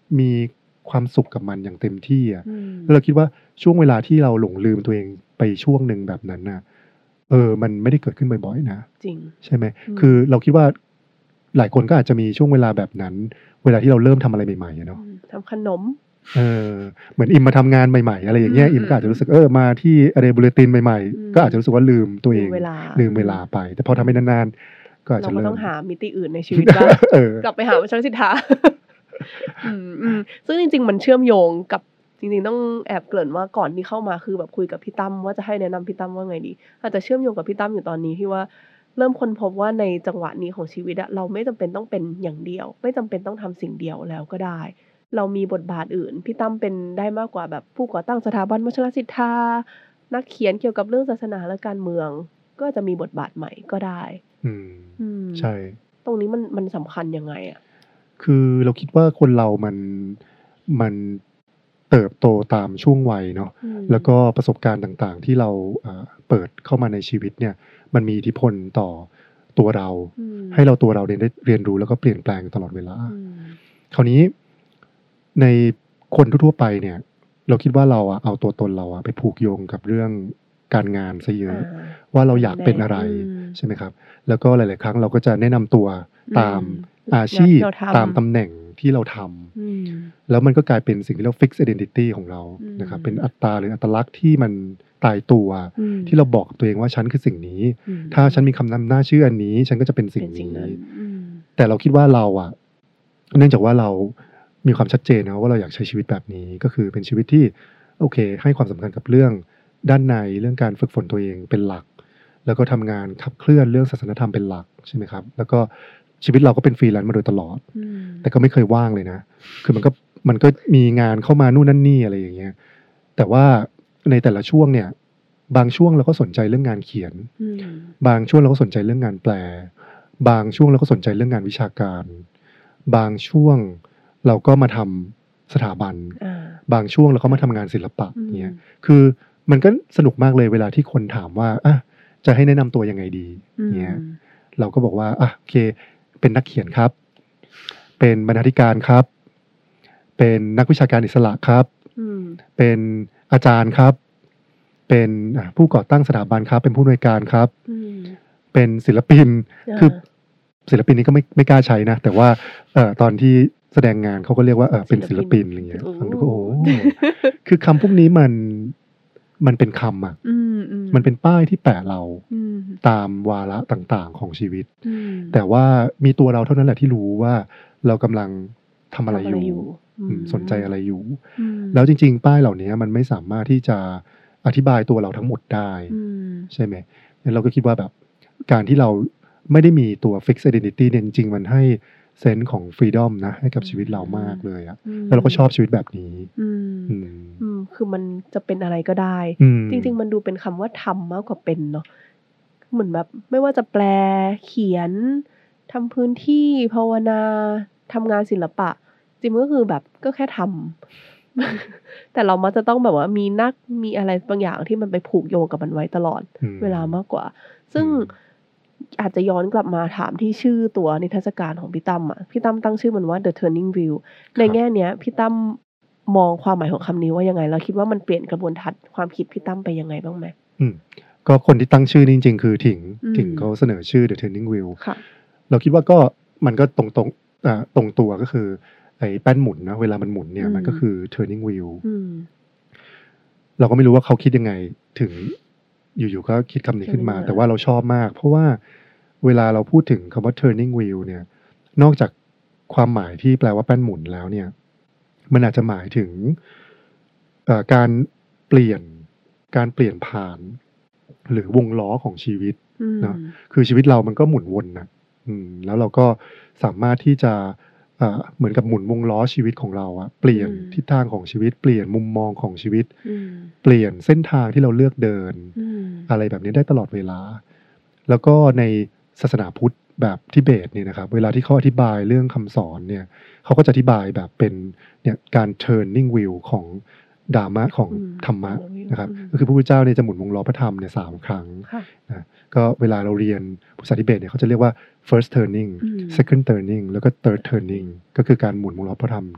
มีความสุขกับมันอย่างเต็มที่อ่ะอืมแล้วเราคิดว่าช่วงเวลาที่เราหลงลืมตัวเองไปช่วงหนึ่งแบบนั้นน่ะมันไม่ได้เกิดขึ้นบ่อยๆนะจริงใช่ไหมอืมคือเราคิดว่าหลายคนก็อาจจะมีช่วงเวลาแบบนั้น เวลาที่เราเริ่มทำอะไรใหม่ๆอะเนาะทำขนมเหมือนอิมมาทำงานใหม่ๆอะไรอย่างเงี้ยอืมอิมก็อาจจะรู้สึกมาที่อะเดบูเลตินใหม่อืมๆก็อาจจะรู้สึกว่าลืมตัวเองลืมเวลาลืมเวลาไป แต่พอทำไปนานๆก็อาจเราจะก็เริ่ต้อมงหามิติอื่นในชีวิตบ้าง กลับไปหาวัชรศิทธา ซึ่งจริงๆมันเชื่อมโยงกับจริงๆต้องแอบเกริ่นว่าก่อนที่เข้ามาคือแบบคุยกับพี่ตั้มว่าจะให้แนะนำพี่ตั้มว่าไงดี อาจจะเชื่อมโยงกับพี่ตั้มอยู่ตอนนี้ที่ว่าเริ่มค้นพบว่าในจังหวะนี้ของชีวิตอะเราไม่จำเป็นต้องเป็นอย่างเดียว ไม่จำเป็นต้องทำสิ่งเดียวแล้วก็ได้ เรามีบทบาทอื่นพี่ตั้มเป็นได้มากกว่าแบบผู้ก่อตั้งสถาบันวัชรศิทธานักเขียนเกี่ยวกับเรื่องศาสนาและการเมือง ก็จะมีบทบาทใหม่ก็ได้อืมใช่ตรงนี้มันสำคัญยังไงอ่ะคือเราคิดว่าคนเรามันเติบโตตามช่วงวัยเนาะ แล้วก็ประสบการณ์ต่างๆที่เราเปิดเข้ามาในชีวิตเนี่ย มันมีอิทธิพลต่อตัวเรา ให้เราตัวเราได้เรียนรู้แล้วก็เปลี่ยนแปลงตลอดเวลา คราวนี้ในคนทั่วๆไปเนี่ย เราคิดว่าเราเอาตัวตนเราไปผูกโยงกับเรื่องการงานซะเยอะ ว่าเราอยากเป็นอะไรใช่ไหมครับ แล้วก็หลายๆครั้งเราก็จะแนะนำตัวตามอาชีพงานที่เราทำตามตำแหน่งที่เราทำแล้วมันก็กลายเป็นสิ่งที่เรา fix identity ของเรานะครับ เป็นอัตราหรืออัตลักษณ์ที่มันตายตัวที่เราบอกกับตัวเองว่าฉันคือสิ่งนี้ ถ้าฉันมีคำนำหน้าชื่ออันนี้ ฉันก็จะเป็นสิ่งนี้ แต่เราคิดว่าเราเนื่องจากว่าเรามีความชัดเจนนะว่าเราอยากใช้ชีวิตแบบนี้ก็คือเป็นชีวิตที่โอเคให้ความสำคัญกับเรื่องด้านในเรื่องการฝึกฝนตัวเองเป็นหลัก แล้วก็ทำงานขับเคลื่อนเรื่องศาสนธรรมเป็นหลักใช่ไหมครับแล้วก็ชีวิตเราก็เป็นฟรีแลนซ์มาโดยตลอดแต่ก็ไม่เคยว่างเลยนะคือมันก็มีงานเข้ามานู่นนั่นนี่อะไรอย่างเงี้ยแต่ว่าในแต่ละช่วงเนี่ยบางช่วงเราก็สนใจเรื่องงานเขียนบางช่วงเราก็สนใจเรื่องงานแปลบางช่วงเราก็สนใจเรื่องงานวิชาการบางช่วงเราก็มาทำสถาบันบางช่วงเราก็มาทำงานศิลปะเนี่ยคือมันก็สนุกมากเลยเวลาที่คนถามว่าจะให้แนะนำตัวยังไงดีเนี่ยเราก็บอกว่าโอเคเป็นนักเขียนครับเป็นบรรณาธิการครับเป็นนักวิชาการอิสระครับเป็นอาจารย์ครับเป็นผู้ก่อตั้งสถาบันครับเป็นผู้อำนวยการครับเป็นศิลปินคือศิลปินนี้ก็ไม่กล้าใช้นะแต่ว่าตอนที่แสดงงานเขาก็เรียกว่าเป็นศิลปินอะไรเงี้ยฟังดูก็โอ้คือคำพวกนี้มันเป็นคำมันเป็นป้ายที่แปะเราตามวาระต่างๆของชีวิตแต่ว่ามีตัวเราเท่านั้นแหละที่รู้ว่าเรากำลังทำอะไรอยู่สนใจอะไรอยู่แล้วจริงๆป้ายเหล่านี้มันไม่สามารถที่จะอธิบายตัวเราทั้งหมดได้ใช่ไหมงั้นเราก็คิดว่าแบบการที่เราไม่ได้มีตัว fix identity เนี่ยจริงๆมันให้เซนส์ของ freedom นะให้กับชีวิตเรามากเลยอะแล้วเราก็ชอบชีวิตแบบนี้คือมันจะเป็นอะไรก็ได้จริงๆมันดูเป็นคำว่าทำมากกว่าเป็นเนาะเหมือนแบบไม่ว่าจะแปลเขียนทำพื้นที่ภาวนาทำงานศิลปะจริงก็คือแบบก็แค่ทำ แต่เรามักจะต้องแบบว่ามีอะไรบางอย่างที่มันไปผูกโยงกับมันไว้ตลอดเวลามากกว่าซึ่งอาจจะย้อนกลับมาถามที่ชื่อตัวนิทรรศการของพี่ตั้มพี่ตั้มตั้งชื่อมันว่า The Turning Wheel ในแง่เนี้ยพี่ตั้มมองความหมายของคำนี้ว่ายังไงเราคิดว่ามันเปลี่ยนกระบวนทัศน์ความคิดพี่ตั้มไปยังไงบ้างไหมก็คนที่ตั้งชื่อจริงๆคือถิงเขาเสนอชื่อ The Turning Wheel เราคิดว่าก็มันก็ตรงตัวก็คือไอ้แป้นหมุนนะเวลามันหมุนเนี่ยมันก็คือ turning wheel เราก็ไม่รู้ว่าเขาคิดยังไงถึงอยู่ๆก็คิดคำนี้ขึ้นมาแต่ว่าเราชอบมากเพราะว่าเวลาเราพูดถึงคำว่า turning wheel เนี่ยนอกจากความหมายที่แปลว่าแป้นหมุนแล้วเนี่ยมันอาจจะหมายถึงการเปลี่ยนผ่านหรือวงล้อของชีวิตเนาะคือชีวิตเรามันก็หมุนวนนะแล้วเราก็สามารถที่จะเหมือนกับหมุนวงล้อชีวิตของเราเปลี่ยนทิศทางของชีวิตเปลี่ยนมุมมองของชีวิตเปลี่ยนเส้นทางที่เราเลือกเดินอะไรแบบนี้ได้ตลอดเวลาแล้วก็ในศาสนาพุทธแบบทิเบตเนี่ยนะครับเวลาที่เขาอธิบายเรื่องคำสอนเนี่ยเขาก็จะอธิบายแบบเป็นเนี่ยการ turning wheel ของดาร์มะของธรรมะนะครับก็คือพระพุทธเจ้าเนี่ยจะหมุนวงล้อพระธรรมเนี่ย3 ครั้งนะก็เวลาเราเรียนภาษาทิเบตเนี่ยเขาจะเรียกว่า first turning second turning แล้วก็ third turning ก็คือการหมุนวงล้อพระธรรม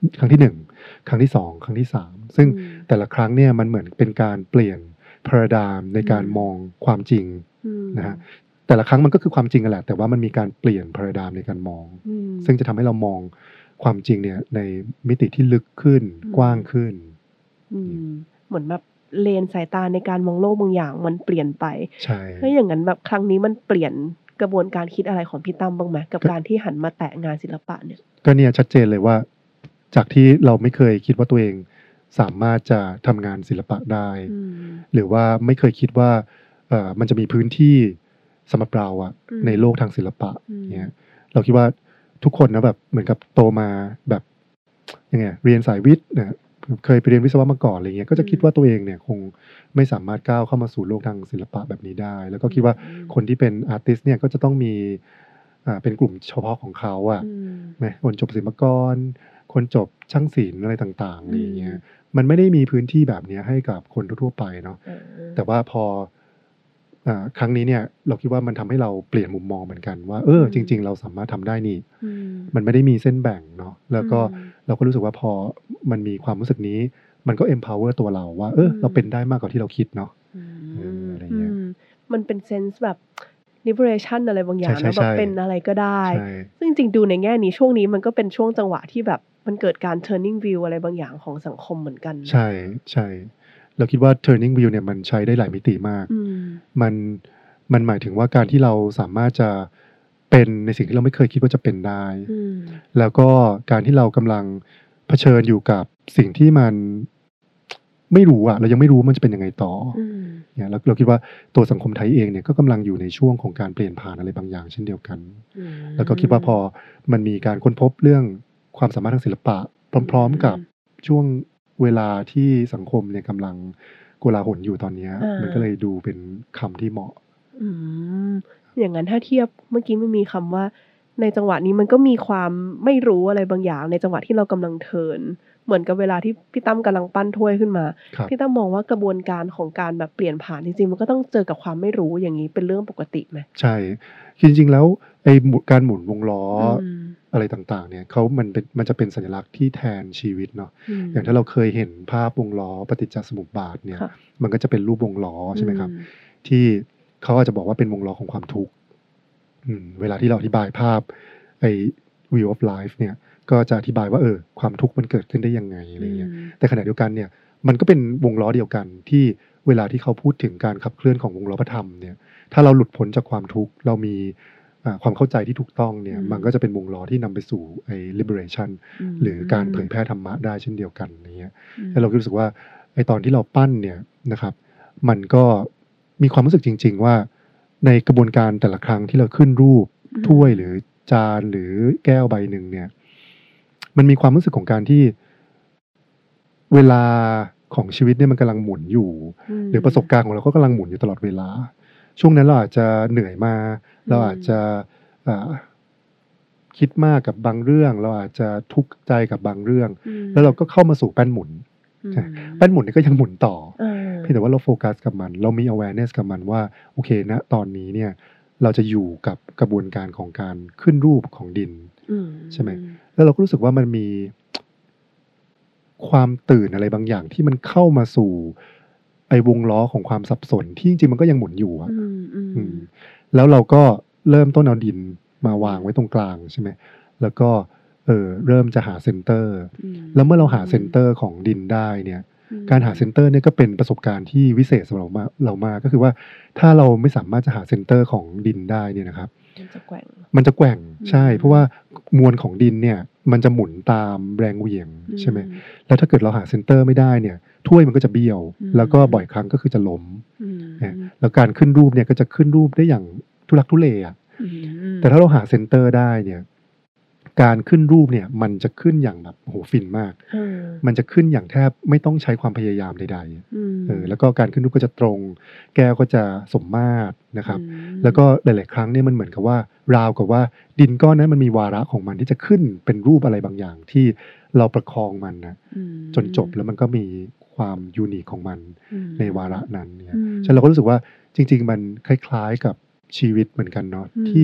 ครั้งที่1ครั้งที่2ครั้งที่3ซึ่งแต่ละครั้งเนี่ยมันเหมือนเป็นการเปลี่ยน paradigm ในการมองความจริงนะฮะแต่ละครั้งมันก็คือความจริงกันแหละแต่ว่ามันมีการเปลี่ยน paradigm ในการมองซึ่งจะทำให้เรามองความจริงเนี่ยในมิติที่ลึกขึ้นกว้างขึ้นเหมือนแบบเลนสายตาในการมองโลกบางอย่างมันเปลี่ยนไปใช่แล้วอย่างนั้นแบบครั้งนี้มันเปลี่ยนกระบวนการคิดอะไรของพี่ตั้มบ้างไหมกับการที่หันมาแตะงานศิลปะเนี่ยก็เนี่ยชัดเจนเลยว่าจากที่เราไม่เคยคิดว่าตัวเองสามารถจะทำงานศิลปะได้หรือว่าไม่เคยคิดว่ามันจะมีพื้นที่สำหรับเราอะในโลกทางศิลปะเนี่ยเราคิดว่าทุกคนนะแบบเหมือนกับโตมาแบบยังไงเรียนสายวิทย์นะเคยไปเรียนวิศวะมาก่อนอะไรเงี้ยก็จะคิดว่าตัวเองเนี่ยคงไม่สามารถก้าวเข้ามาสู่โลกทางศิลปะแบบนี้ได้แล้วก็คิดว่าคนที่เป็นอาร์ติสต์เนี่ยก็จะต้องมีเป็นกลุ่มเฉพาะของเขาอะนะคนจบศิลปากรคนจบช่างศิลป์อะไรต่างๆอะไรเงี้ยมันไม่ได้มีพื้นที่แบบนี้ให้กับคนทั่วไปเนาะแต่ว่าพอครั้งนี้เนี่ยเราคิดว่ามันทำให้เราเปลี่ยนมุมมองเหมือนกันว่าจริงๆเราสามารถทำได้นี่มันไม่ได้มีเส้นแบ่งเนาะแล้วก็เราก็รู้สึกว่าพอมันมีความรู้สึกนี้มันก็ empower ตัวเราว่าเราเป็นได้มากกว่าที่เราคิดเนาะอะไรเงี้ยมันเป็นเซนส์แบบ liberation อะไรบางอย่างนะแบบเป็นอะไรก็ได้ซึ่งจริงๆดูในแง่นี้ช่วงนี้มันก็เป็นช่วงจังหวะที่แบบมันเกิดการ turning view อะไรบางอย่างของสังคมเหมือนกันใช่ใช่เราคิดว่า turning view เนี่ยมันใช้ได้หลายมิติมากมันหมายถึงว่าการที่เราสามารถจะเป็นในสิ่งที่เราไม่เคยคิดว่าจะเป็นได้แล้วก็การที่เรากำลังเผชิญอยู่กับสิ่งที่มันไม่รู้อะเรายังไม่รู้มันจะเป็นยังไงต่อเนี่ยแล้วเราคิดว่าตัวสังคมไทยเองเนี่ยก็กำลังอยู่ในช่วงของการเปลี่ยนผ่านอะไรบางอย่างเช่นเดียวกันแล้วก็คิดว่าพอมันมีการค้นพบเรื่องความสามารถทางศิลปะพร้อมๆกับช่วงเวลาที่สังคมเนี่ยกำลังโกลาหลอยู่ตอนนี้มันก็เลยดูเป็นคำที่เหมาะอย่างนั้นถ้าเทียบเมื่อกี้ไม่มีคำว่าในจังหวะนี้มันก็มีความไม่รู้อะไรบางอย่างในจังหวะที่เรากำลังเทิร์นเหมือนกับเวลาที่พี่ตั้มกำลังปั้นถ้วยขึ้นมาพี่ตั้มมองว่ากระบวนการของการแบบเปลี่ยนผ่านจริงๆมันก็ต้องเจอกับความไม่รู้อย่างนี้เป็นเรื่องปกติไหมใช่จริงๆแล้วไอ้การหมุนวงล้ออะไรต่างๆเนี่ยมันจะเป็นสัญลักษณ์ที่แทนชีวิตเนาะอย่างถ้าเราเคยเห็นภาพวงล้อปฏิจจสมุปบาทเนี่ยมันก็จะเป็นรูปวงล้อใช่ไหมครับที่เขาอาจจะบอกว่าเป็นวงล้อของความทุกข์เวลาที่เราอธิบายภาพไอ้ Wheel of Life เนี่ยก็จะอธิบายว่าความทุกข์มันเกิดขึ้นได้ยังไงอะไรเงี้ยแต่ขณะเดียวกันเนี่ยมันก็เป็นวงล้อเดียวกันที่เวลาที่เขาพูดถึงการขับเคลื่อนของวงล้อพระธรรมเนี่ยถ้าเราหลุดพ้นจากความทุกข์เรามีความเข้าใจที่ถูกต้องเนี่ยมันก็จะเป็นวงล้อที่นำไปสู่ไอ้ liberation หรือการเผยแพร่ธรรมะได้เช่นเดียวกันเนี่ยแล้วเราก็รู้สึกว่าไอ้ตอนที่เราปั้นเนี่ยนะครับมันก็มีความรู้สึกจริงๆว่าในกระบวนการแต่ละครั้งที่เราขึ้นรูปถ้วยหรือจานหรือแก้วใบหนึ่งเนี่ยมันมีความรู้สึกของการที่เวลาของชีวิตเนี่ยมันกำลังหมุนอยู่หรือประสบการณ์ของเราก็กำลังหมุนอยู่ตลอดเวลาช่วงนั้นเราอาจจะเหนื่อยมาเราอาจจะคิดมากกับบางเรื่องเราอาจจะทุกข์ใจกับบางเรื่องแล้วเราก็เข้ามาสู่แป้นหมุนแป้นหมุนนี่ก็ยังหมุนต่อเพียงแต่ว่าเราโฟกัสกับมันเรามี awareness กับมันว่าโอเคนะตอนนี้เนี่ยเราจะอยู่กับกระบวนการของการขึ้นรูปของดินใช่ไหมแล้วเราก็รู้สึกว่ามันมีความตื่นอะไรบางอย่างที่มันเข้ามาสู่ไอ้วงล้อของความสับสนที่จริงๆมันก็ยังหมุนอยู่อะแล้วเราก็เริ่มต้นเอาดินมาวางไว้ตรงกลางใช่ไหมแล้วก็เริ่มจะหาเซนเตอร์แล้วเมื่อเราหาเซนเตอร์ของดินได้เนี่ยการหาเซนเตอร์เนี่ยก็เป็นประสบการณ์ที่วิเศษสำหรับเรามากก็คือว่าถ้าเราไม่สามารถจะหาเซนเตอร์ของดินได้เนี่ยนะครับมันจะแกว่งใช่เพราะว่ามวลของดินเนี่ยมันจะหมุนตามแรงเหวี่ยงใช่ไหมแล้วถ้าเกิดเราหาเซนเตอร์ไม่ได้เนี่ยถ้วยมันก็จะเบี้ยวแล้วก็บ่อยครั้งก็คือจะล้มแล้วการขึ้นรูปเนี่ยก็จะขึ้นรูปได้อย่างทุลักทุเลอ่ะแต่ถ้าเราหาเซนเตอร์ได้เนี่ยการขึ้นรูปเนี่ยมันจะขึ้นอย่างแบบโหฟินมากมันจะขึ้นอย่างแทบไม่ต้องใช้ความพยายามใดๆแล้วก็การขึ้นรูปก็จะตรงแก้วก็จะสมมาตรนะครับแล้วก็หลายๆครั้งเนี่ยมันเหมือนกับว่าราวกับว่าดินก้อนนั้นมันมีวาระของมันที่จะขึ้นเป็นรูปอะไรบางอย่างที่เราประคองมันนะจนจบแล้วมันก็มีความยูนิคของมันในวาระนั้นเนี่ยฉะนั้นเราก็รู้สึกว่าจริงๆมันคล้ายๆกับชีวิตเหมือนกันเนาะที่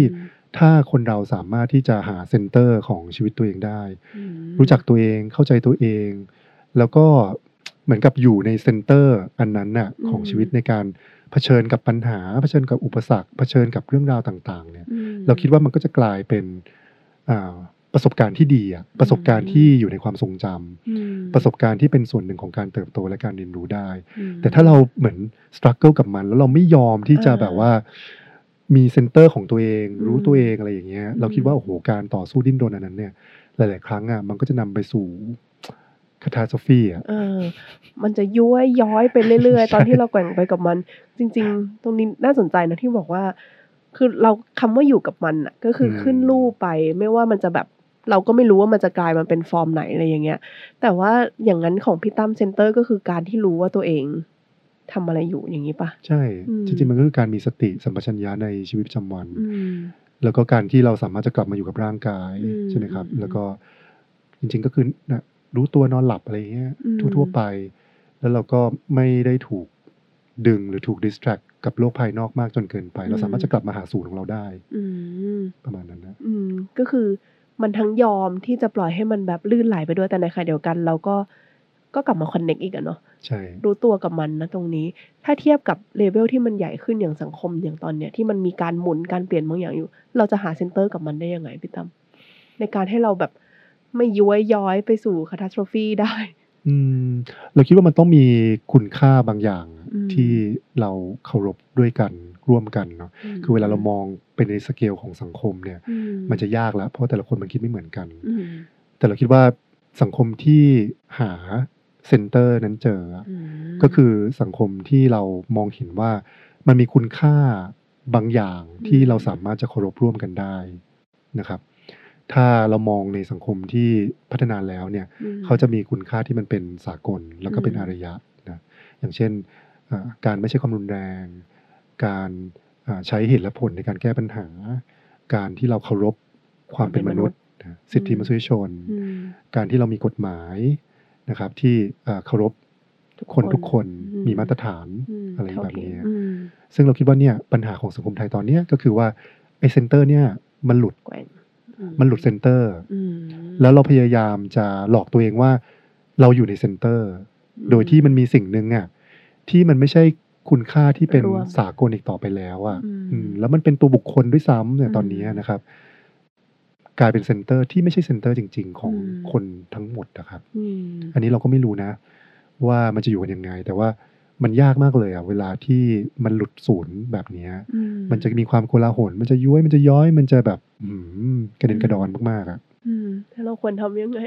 ถ้าคนเราสามารถที่จะหาเซนเตอร์ของชีวิตตัวเองได้อืมรู้จักตัวเองเข้าใจตัวเอง แล้วก็เหมือนกับอยู่ในเซนเตอร์อันนั้นน่ะของชีวิตในการเผชิญกับปัญหาเผชิญกับอุปสรรคเผชิญกับเรื่องราวต่างๆเนี่ย เราคิดว่ามันก็จะกลายเป็นประสบการณ์ที่ดีอะประสบการณ์ที่อยู่ในความทรงจำประสบการณ์ที่เป็นส่วนหนึ่งของการเติบโตและการเรียนรู้ได้ แต่ถ้าเราเหมือนสตรักเกิลกับมันแล้วเราไม่ยอมที่จะแบบว่ามีเซนเตอร์ของตัวเองรู้ตัวเองอะไรอย่างเงี้ยเราคิดว่าโอ้โหการต่อสู้ดิ้นรนอันนั้นเนี่ยหลายๆครั้งอ่ะมันก็จะนำไปสู่คาทาสโตรฟีอ่ะมันจะย้อยไปเรื่อยๆ ตอนที่เราแกว่งไปกับมัน จริงๆ ตรงนี้น่าสนใจนะที่บอกว่า คือเราคำว่าอยู่กับมันอ่ะ ก็คือขึ้นรูปไป ไม่ว่ามันจะแบบเราก็ไม่รู้ว่ามันจะกลายมันเป็นฟอร์มไหนอะไรอย่างเงี้ย แต่ว่าอย่างนั้นของพี่ตั้มเซนเตอร์ก็คือการที่รู้ว่าตัวเองทำอะไรอยู่อย่างนี้ปะใช่จริงๆมันก็คือการมีสติสัมปชัญญะในชีวิตประจำวัน แล้วก็การที่เราสามารถจะกลับมาอยู่กับร่างกายใช่ไหมครับแล้วก็จริงๆก็คือนะรู้ตัวนอนหลับอะไรเงี้ยทั่วๆไปแล้วเราก็ไม่ได้ถูกดึงหรือถูกดิสแทรกกับโลกภายนอกมากจนเกินไปเราสามารถจะกลับมาหาศูนย์ของเราได้ประมาณนั้นนะก็คือมันทั้งยอมที่จะปล่อยให้มันแบบลื่นไหลไปด้วยแต่ในขณะเดียวกันเราก็กลับมาคอนเน็กอีกอะเนาะใช่รู้ตัวกับมันนะตรงนี้ถ้าเทียบกับเลเวลที่มันใหญ่ขึ้นอย่างสังคมอย่างตอนเนี้ยที่มันมีการหมุนการเปลี่ยนบางอย่างอยู่เราจะหาเซนเตอร์กับมันได้ยังไงพี่ตั้มในการให้เราแบบไม่ย้อยไปสู่คาทาสโตรฟีได้เราคิดว่ามันต้องมีคุณค่าบางอย่างที่เราเคารพด้วยกันร่วมกันเนาะคือเวลาเรามองเป็นในสเกลของสังคมเนี่ยมันจะยากแล้วเพราะแต่ละคนมันคิดไม่เหมือนกันแต่เราคิดว่าสังคมที่หาเซนเตอร์นั้นเจอก็คือสังคมที่เรามองเห็นว่ามันมีคุณค่าบางอย่างที่เราสามารถจะเคารพร่วมกันได้นะครับถ้าเรามองในสังคมที่พัฒนาแล้วเนี่ยเขาจะมีคุณค่าที่มันเป็นสากลแล้วก็เป็นอารยะนะอย่างเช่นการไม่ใช่ความรุนแรงการใช้เหตุและผลในการแก้ปัญหาการที่เราเคารพความเป็นมนุษย์สิทธิมนุษยชนการที่เรามีกฎหมายนะครับที่เคารพคนทุกคนมีมาตรฐานอะไรแบบนี้ซึ่งเราคิดว่าเนี่ยปัญหาของสังคมไทยตอนนี้ก็คือว่าไอ้เซนเตอร์เนี่ยมันหลุดเซนเตอร์แล้วเราพยายามจะหลอกตัวเองว่าเราอยู่ในเซนเตอร์โดยที่มันมีสิ่งหนึ่งอ่ะที่มันไม่ใช่คุณค่าที่เป็นสากลอีกต่อไปแล้วอ่ะแล้วมันเป็นตัวบุคคลด้วยซ้ำเนี่ยตอนนี้นะครับกลายเป็นเซนเตอร์ที่ไม่ใช่เซนเตอร์จริงๆของคนทั้งหมดนะครับอันนี้เราก็ไม่รู้นะว่ามันจะอยู่กันยังไงแต่ว่ามันยากมากเลยอ่ะเวลาที่มันหลุดศูนย์แบบนี้มันจะมีความโกลาหลมันจะย้อยมันจะย้อยมันจะแบบกระเด็นกระดอนมากๆอ่ะแล้วเราควรทำยังไง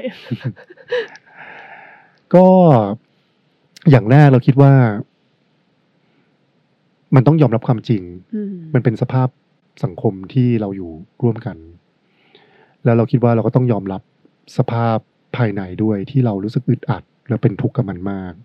ก็อย่างแรกเราคิดว่ามันต้องยอมรับความจริงมันเป็นสภาพสังคมที่เราอยู่ร่วมกันแล้วเราคิดว่าเราก็ต้องยอมรับสภาพภายในด้วยที่เรารู้สึกอึดอัดและเป็นทุกข์กับมันมาก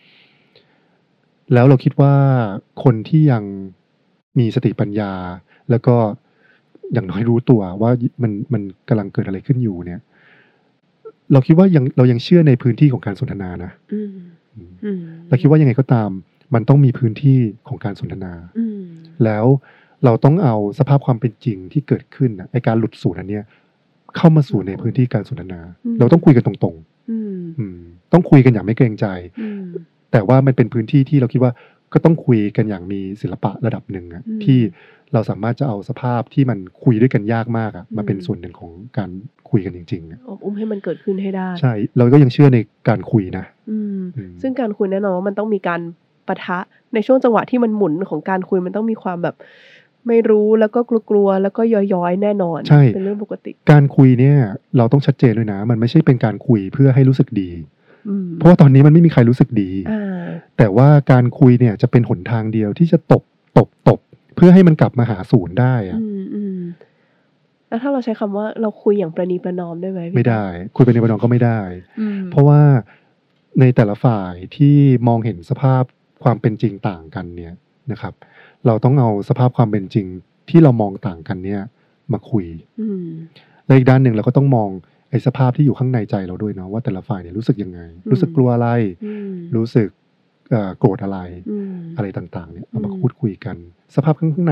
แล้วเราคิดว่าคนที่ยังมีสติปัญญาแล้วก็อย่างน้อยรู้ตัวว่ามันกำลังเกิดอะไรขึ้นอยู่เนี่ยเราคิดว่าเรายังเชื่อในพื้นที่ของการสนทนานะเราคิดว่ายังไงก็ตามมันต้องมีพื้นที่ของการสนทนาแล้วเราต้องเอาสภาพความเป็นจริงที่เกิดขึ้นไอ้การหลุดศูนย์อันเนี้ยเข้ามาสู่ในพื้นที่การสนทนาเราต้องคุยกันตรงๆต้องคุยกันอย่างไม่เกรงใจแต่ว่ามันเป็นพื้นที่ที่เราคิดว่าก็ต้องคุยกันอย่างมีศิลปะระดับหนึ่งอะที่เราสามารถจะเอาสภาพที่มันคุยด้วยกันยากมากอะมาเป็นส่วนหนึ่งของการคุยกันจริงๆอบอุ้มให้มันเกิดขึ้นให้ได้ใช่เราก็ยังเชื่อในการคุยนะซึ่งการคุยแน่นอนว่ามันต้องมีการปะทะในช่วงจังหวะที่มันหมุนของการคุยมันต้องมีความแบบไม่รู้แล้วก็กลัวๆแล้วก็ย้อยๆแน่นอนเป็นเรื่องปกติการคุยเนี่ยเราต้องชัดเจนด้วยนะมันไม่ใช่เป็นการคุยเพื่อให้รู้สึกดีเพราะว่าตอนนี้มันไม่มีใครรู้สึกดีแต่ว่าการคุยเนี่ยจะเป็นหนทางเดียวที่จะตบเพื่อให้มันกลับมาหาศูนย์ได้อะแล้วถ้าเราใช้คำว่าเราคุยอย่างประนีประนอมได้ไหมไม่ได้คุยประนีประนอมก็ไม่ได้เพราะว่าในแต่ละฝ่ายที่มองเห็นสภาพความเป็นจริงต่างกันเนี่ยนะครับเราต้องเอาสภาพความเป็นจริงที่เรามองต่างกันเนี่ยมาคุยและอีกด้านหนึ่งเราก็ต้องมองไอ้สภาพที่อยู่ข้างในใจเราด้วยเนาะว่าแต่ละฝ่ายเนี่ยรู้สึกยังไงรู้สึกกลัวอะไรรู้สึกโกรธอะไรต่างๆเนี่ยเอามาพูดคุยกันสภาพข้างใน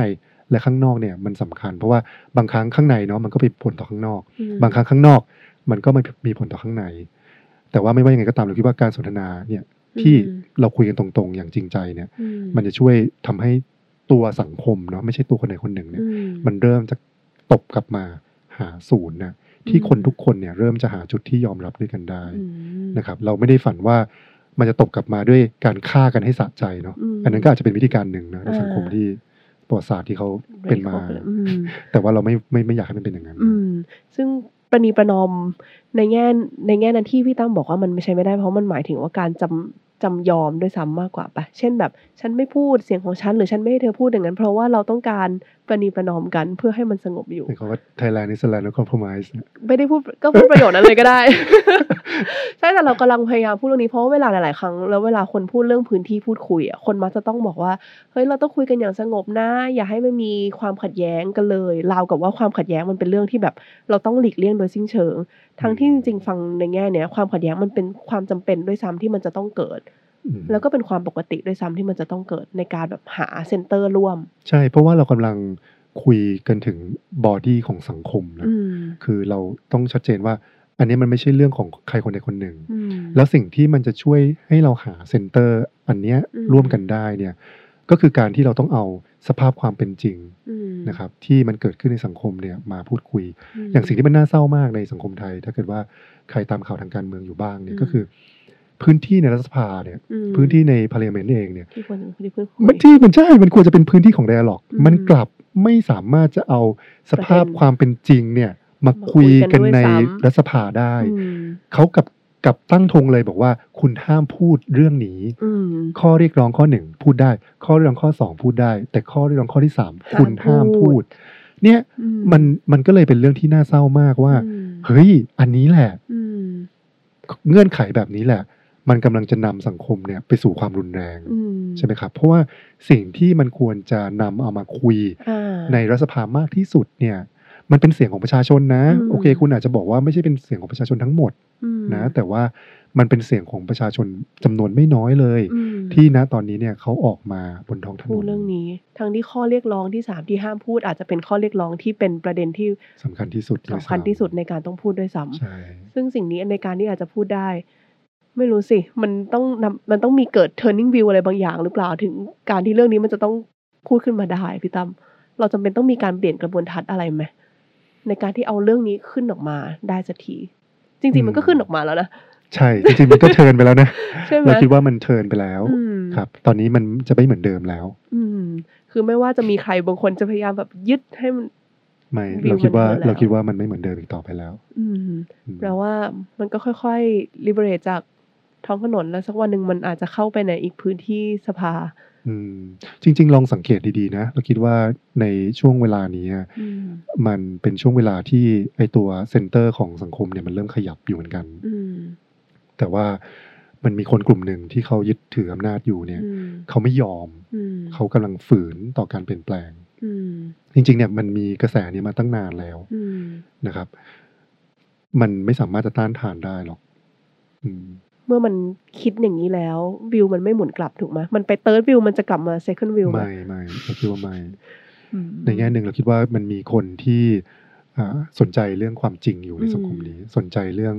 และข้างนอกเนี่ยมันสำคัญเพราะว่าบางครั้งข้างในเนาะมันก็มีผลต่อข้างนอกอืมบางครั้งข้างนอกมันก็มีผลต่อข้างในแต่ว่าไม่ว่ายังไงก็ตามเราคิดว่าการสนทนาเนี่ยที่เราคุยกันตรงๆอย่างจริงใจเนี่ยมันจะช่วยทำให้ตัวสังคมเนาะไม่ใช่ตัวคนใดคนหนึ่งเนี่ยมันเริ่มจะตบกลับมาหาศูนย์นะที่คนทุกคนเนี่ยเริ่มจะหาจุดที่ยอมรับด้วยกันได้นะครับเราไม่ได้ฝันว่ามันจะตบกลับมาด้วยการฆ่ากันให้สะใจเนาะอันนั้นก็อาจจะเป็นวิธีการหนึ่งนะในสังคมที่ประวัติศาสตร์ที่เขาเป็นมาแต่ว่าเราไม่อยากให้มันเป็นอย่างนั้นซึ่งประนีประนอมในแง่นั้นที่พี่ตั้มบอกว่ามันไม่ใช่ไม่ได้เพราะมันหมายถึงว่าการจำยอมด้วยซ้ำมากกว่าปะเช่นแบบฉันไม่พูดเสียงของฉันหรือฉันไม่ให้เธอพูดอย่างนั้นเพราะว่าเราต้องการประนีประนอมกันเพื่อให้มันสงบอยู่เป็นคำว่า Thailand is a land of compromise ไม่ได้พูดก็พูดประโยชน์นั้นเลยก็ได้ ใช่แต่เรากำลังพยายามพูดเรื่องนี้เพราะว่าเวลาหลายๆครั้งแล้วเวลาคนพูดเรื่องพื้นที่พูดคุยอ่ะคนมักจะต้องบอกว่าเฮ้ยเราต้องคุยกันอย่างสงบนะอย่าให้มันมีความขัดแย้งกันเลยราวกับว่าความขัดแย้งมันเป็นเรื่องที่แบบเราต้องหลีกเลี่ยงโดยสิ้นเชิงทั้งที่จริงๆฟังในแง่เนี้ยความขัดแย้งมันเป็นความจำเป็นด้วยซ้ำที่มันจะต้องเกิดแล้วก็เป็นความปกติด้วยซ้ำที่มันจะต้องเกิดในการแบบหาเซ็นเตอร์ร่วมใช่เพราะว่าเรากำลังคุยกันถึงบอดี้ของสังคมนะคือเราต้องชัดเจนว่าอันนี้มันไม่ใช่เรื่องของใครคนใดคนหนึ่งแล้วสิ่งที่มันจะช่วยให้เราหาเซ็นเตอร์อันเนี้ยร่วมกันได้เนี่ยก็คือการที่เราต้องเอาสภาพความเป็นจริงนะครับที่มันเกิดขึ้นในสังคมเนี่ยมาพูดคุยอย่างสิ่งที่มันน่าเศร้ามากในสังคมไทยถ้าเกิดว่าใครตามข่าวทางการเมืองอยู่บ้างเนี่ยก็คือพื้นที่ในรัฐสภาเนี่ยพื้นที่ในพาร์ลิเมนต์เองเนี่ยมันใช่มันควรจะเป็นพื้นที่ของ dialog มันกลับไม่สามารถจะเอาสภาพความเป็นจริงเนี่ยมาคุยกันในรัฐสภาได้เขากับตั้งธงเลยบอกว่าคุณห้ามพูดเรื่องนี้ข้อเรียกร้องข้อ1พูดได้ข้อเรียกร้องข้อ2พูดได้แต่ข้อเรียกร้องข้อที่3คุณห้ามพูดเนี่ยมันก็เลยเป็นเรื่องที่น่าเศร้ามากว่าเฮ้ยอันนี้แหละเงื่อนไขแบบนี้แหละมันกำลังจะนำสังคมเนี่ยไปสู่ความรุนแรงใช่ไหมครับเพราะว่าสิ่งที่มันควรจะนำเอามาคุยในรัฐสภามากที่สุดเนี่ยมันเป็นเสียงของประชาชนนะโอเคคุณอาจจะบอกว่าไม่ใช่เป็นเสียงของประชาชนทั้งหมดนะแต่ว่ามันเป็นเสียงของประชาชนจำนวนไม่น้อยเลยที่ณตอนนี้เนี่ยเขาออกมาบนท้องถนนพูดเรื่องนี้ทั้งที่ข้อเรียกร้องที่3ที่ห้ามพูดอาจจะเป็นข้อเรียกร้องที่เป็นประเด็นที่สำคัญที่สุดในการต้องพูดด้วยซ้ำซึ่งสิ่งนี้ในการที่อาจจะพูดได้ไม่รู้สิมันต้องมีเกิด turning view อะไรบางอย่างหรือเปล่าถึงการที่เรื่องนี้มันจะต้องพูดขึ้นมาได้พี่ตั้มเราจำเป็นต้องมีการเปลี่ยนกระบวนทัศน์อะไรไหมในการที่เอาเรื่องนี้ขึ้นออกมาได้สักทีจริงๆมันก็ขึ้นออกมาแล้วนะใช่จริงๆมันก็เทิร์นไปแล้วนะเราคิดว่ามันเทิร์นไปแล้วครับตอนนี้มันจะไม่เหมือนเดิมแล้วคือไม่ว่าจะมีใครบางคนจะพยายามแบบยึดให้มันไม่เราคิดว่ามันไม่เหมือนเดิมอีกต่อไปแล้วแปลว่ามันก็ค่อยๆ liberate จากท้องถนนแล้วสักวันหนึ่งมันอาจจะเข้าไปในอีกพื้นที่สภาจริงๆลองสังเกตดีๆนะเราคิดว่าในช่วงเวลานี้มันเป็นช่วงเวลาที่ไอตัวเซ็นเตอร์ของสังคมเนี่ยมันเริ่มขยับอยู่เหมือนกันแต่ว่ามันมีคนกลุ่มหนึ่งที่เขายึดถืออำนาจอยู่เนี่ยเขาไม่ยอมเขากำลังฝืนต่อการเปลี่ยนแปลงจริงๆเนี่ยมันมีกระแสนี้มาตั้งนานแล้วนะครับมันไม่สามารถจะต้านทานได้หรอกเมื่อมันคิดอย่างนี้แล้ววิวมันไม่หมุนกลับถูกไหมมันไปเติร์ดวิวมันจะกลับมาเซคันด์วิวไม่เราคิดว่าไม่ในแง่หนึ่งเราคิดว่ามันมีคนที่สนใจเรื่องความจริงอยู่ในสังคมนี้สนใจเรื่อง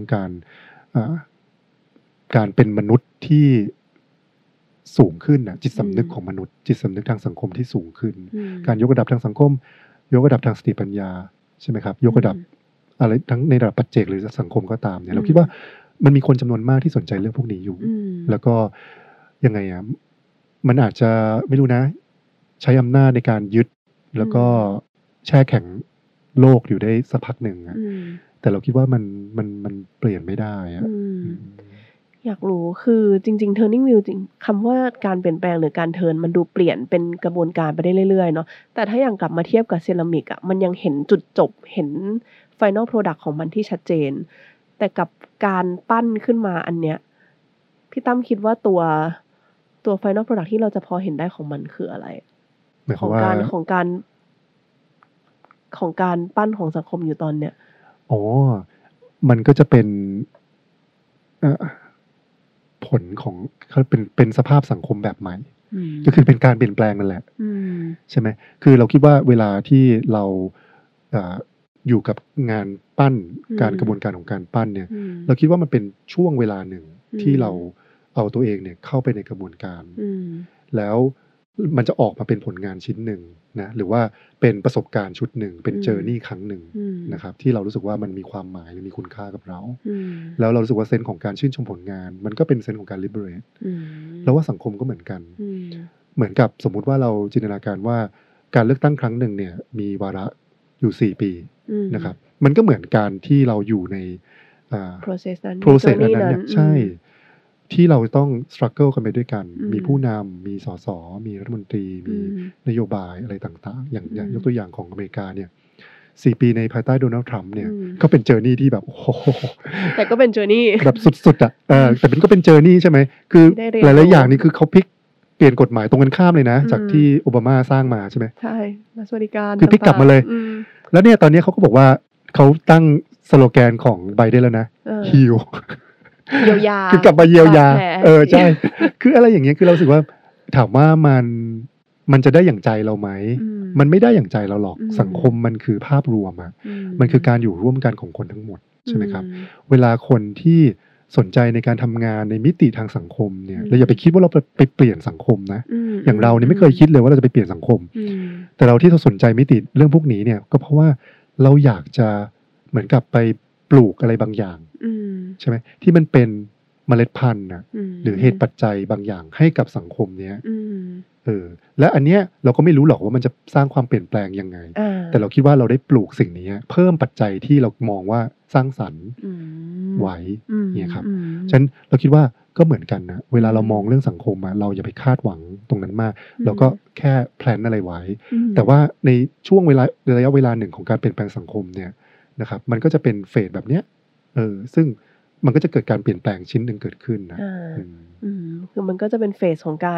การเป็นมนุษย์ที่สูงขึ้นนะจิตสำนึกของมนุษย์จิตสำนึกทางสังคมที่สูงขึ้นการยกระดับทางสังคมยกระดับทางสติปัญญาใช่ไหมครับยกระดับอะไรทั้งในระดับปัจเจกหรือสังคมก็ตามเนี่ยเราคิดว่ามันมีคนจำนวนมากที่สนใจเรื่องพวกนี้อยู่แล้วก็ยังไงมันอาจจะไม่รู้นะใช้อำนาจในการยึดแล้วก็แช่แข็งโลกอยู่ได้สักพักหนึ่งแต่เราคิดว่ามันเปลี่ยนไม่ได้อยากรู้คือจริงๆ turning view จริงคำว่าการเปลี่ยนแปลงหรือการเทิร์นมันดูเปลี่ยนเป็นกระบวนการไปได้เรื่อยๆเนาะแต่ถ้าอย่างกลับมาเทียบกับเซรามิกมันยังเห็นจุดจบเห็น final product ของมันที่ชัดเจนแต่กับการปั้นขึ้นมาอันเนี้ยพี่ตั้มคิดว่าตัว final product ที่เราจะพอเห็นได้ของมันคืออะไรของการปั้นของสังคมอยู่ตอนเนี้ยมันก็จะเป็นผลของเขาเป็นสภาพสังคมแบบใหม่ก็คือเป็นการเปลี่ยนแปลงนั่นแหละ ใช่ไหมคือเราคิดว่าเวลาที่เราอยู่กับงานปั้นการกระบวนการของการปั้นเนี่ยเราคิดว่ามันเป็นช่วงเวลาหนึ่งที่เราเอาตัวเองเนี่ยเข้าไปในกระบวนการแล้วมันจะออกมาเป็นผลงานชิ้นหนึ่งนะหรือว่าเป็นประสบการณ์ชุดหนึ่งเป็นเจอร์นี่ครั้งหนึ่งนะครับที่เรารู้สึกว่ามันมีความหมายหรือมีคุณค่ากับเราแล้วเรารู้สึกว่าเซนส์ของการชื่นชมผลงานมันก็เป็นเซนส์ของการ liberate แล้วว่าสังคมก็เหมือนกันเหมือนกับสมมุติว่าเราจินตนาการว่าการเลือกตั้งครั้งหนึ่งเนี่ยมีวาระอยู่4 ปีนะครับมันก็เหมือนการที่เราอยู่ใน process นั้น process นั้นเนี่ยใช่ที่เราต้อง struggle กันไปด้วยกันมีผู้นำมีสสมีรัฐมนตรีมีนโยบายอะไรต่างๆอย่างยกตัวอย่างของอเมริกาเนี่ย4 ปีในภายใต้โดนัลด์ทรัมป์เนี่ยก็เป็นเจอร์นี่ที่แบบโอ้โหแต่ก็เป็นเจอร์นี่แบบสุดๆอ่ะแต่มันก็เป็นเจอร์นี่ใช่ไหมคือหลายๆอย่างนี่คือเขาพลิกเปลี่ยนกฎหมายตรงกันข้ามเลยนะจากที่โอบามาสร้างมาใช่ไหมใช่สวัสดิการคือพลิกกลับมาเลยแล้วเนี่ยตอนนี้เขาก็บอกว่าเขาตั้งสโลแกนของไบเดนแล้วนะฮีลเยียวยาคือกลับมาเยียวยาใช่คืออะไรอย่างเงี้ยคือเราสึกว่าถามว่ามันจะได้อย่างใจเราไหมมันไม่ได้อย่างใจเราหรอกสังคมมันคือภาพรวมอ่ะมันคือการอยู่ร่วมกันของคนทั้งหมดใช่ไหมครับเวลาคนที่สนใจในการทำงานในมิติทางสังคมเนี่ยเราอย่าไปคิดว่าเราไปเปลี่ยนสังคมนะอย่างเราเนี่ยไม่เคยคิดเลยว่าเราจะไปเปลี่ยนสังคมแต่เราที่เราสนใจมิติเรื่องพวกนี้เนี่ยก็เพราะว่าเราอยากจะเหมือนกับไปปลูกอะไรบางอย่างใช่ไหมที่มันเป็นเมล็ดพันธุ์นะหรือเหตุปัจจัยบางอย่างให้กับสังคมเนี้ยและอันเนี้ยเราก็ไม่รู้หรอกว่ามันจะสร้างความเปลี่ยนแปลงยังไงแต่เราคิดว่าเราได้ปลูกสิ่งนี้เพิ่มปัจจัยที่เรามองว่าสร้างสรรค์ไว้เนี่ยครับฉะนั้นเราคิดว่าก็เหมือนกันนะเวลาเรามองเรื่องสังคมเราอย่าไปคาดหวังตรงนั้นมากเราก็แค่แพลนอะไรไว้แต่ว่าในช่วงระยะเวลาหนึ่งของการเปลี่ยนแปลงสังคมเนี่ยนะครับมันก็จะเป็นเฟสแบบเนี้ยซึ่งมันก็จะเกิดการเปลี่ยนแปลงชิ้นหนึ่งเกิดขึ้นนะคือมันก็จะเป็นเฟสของการ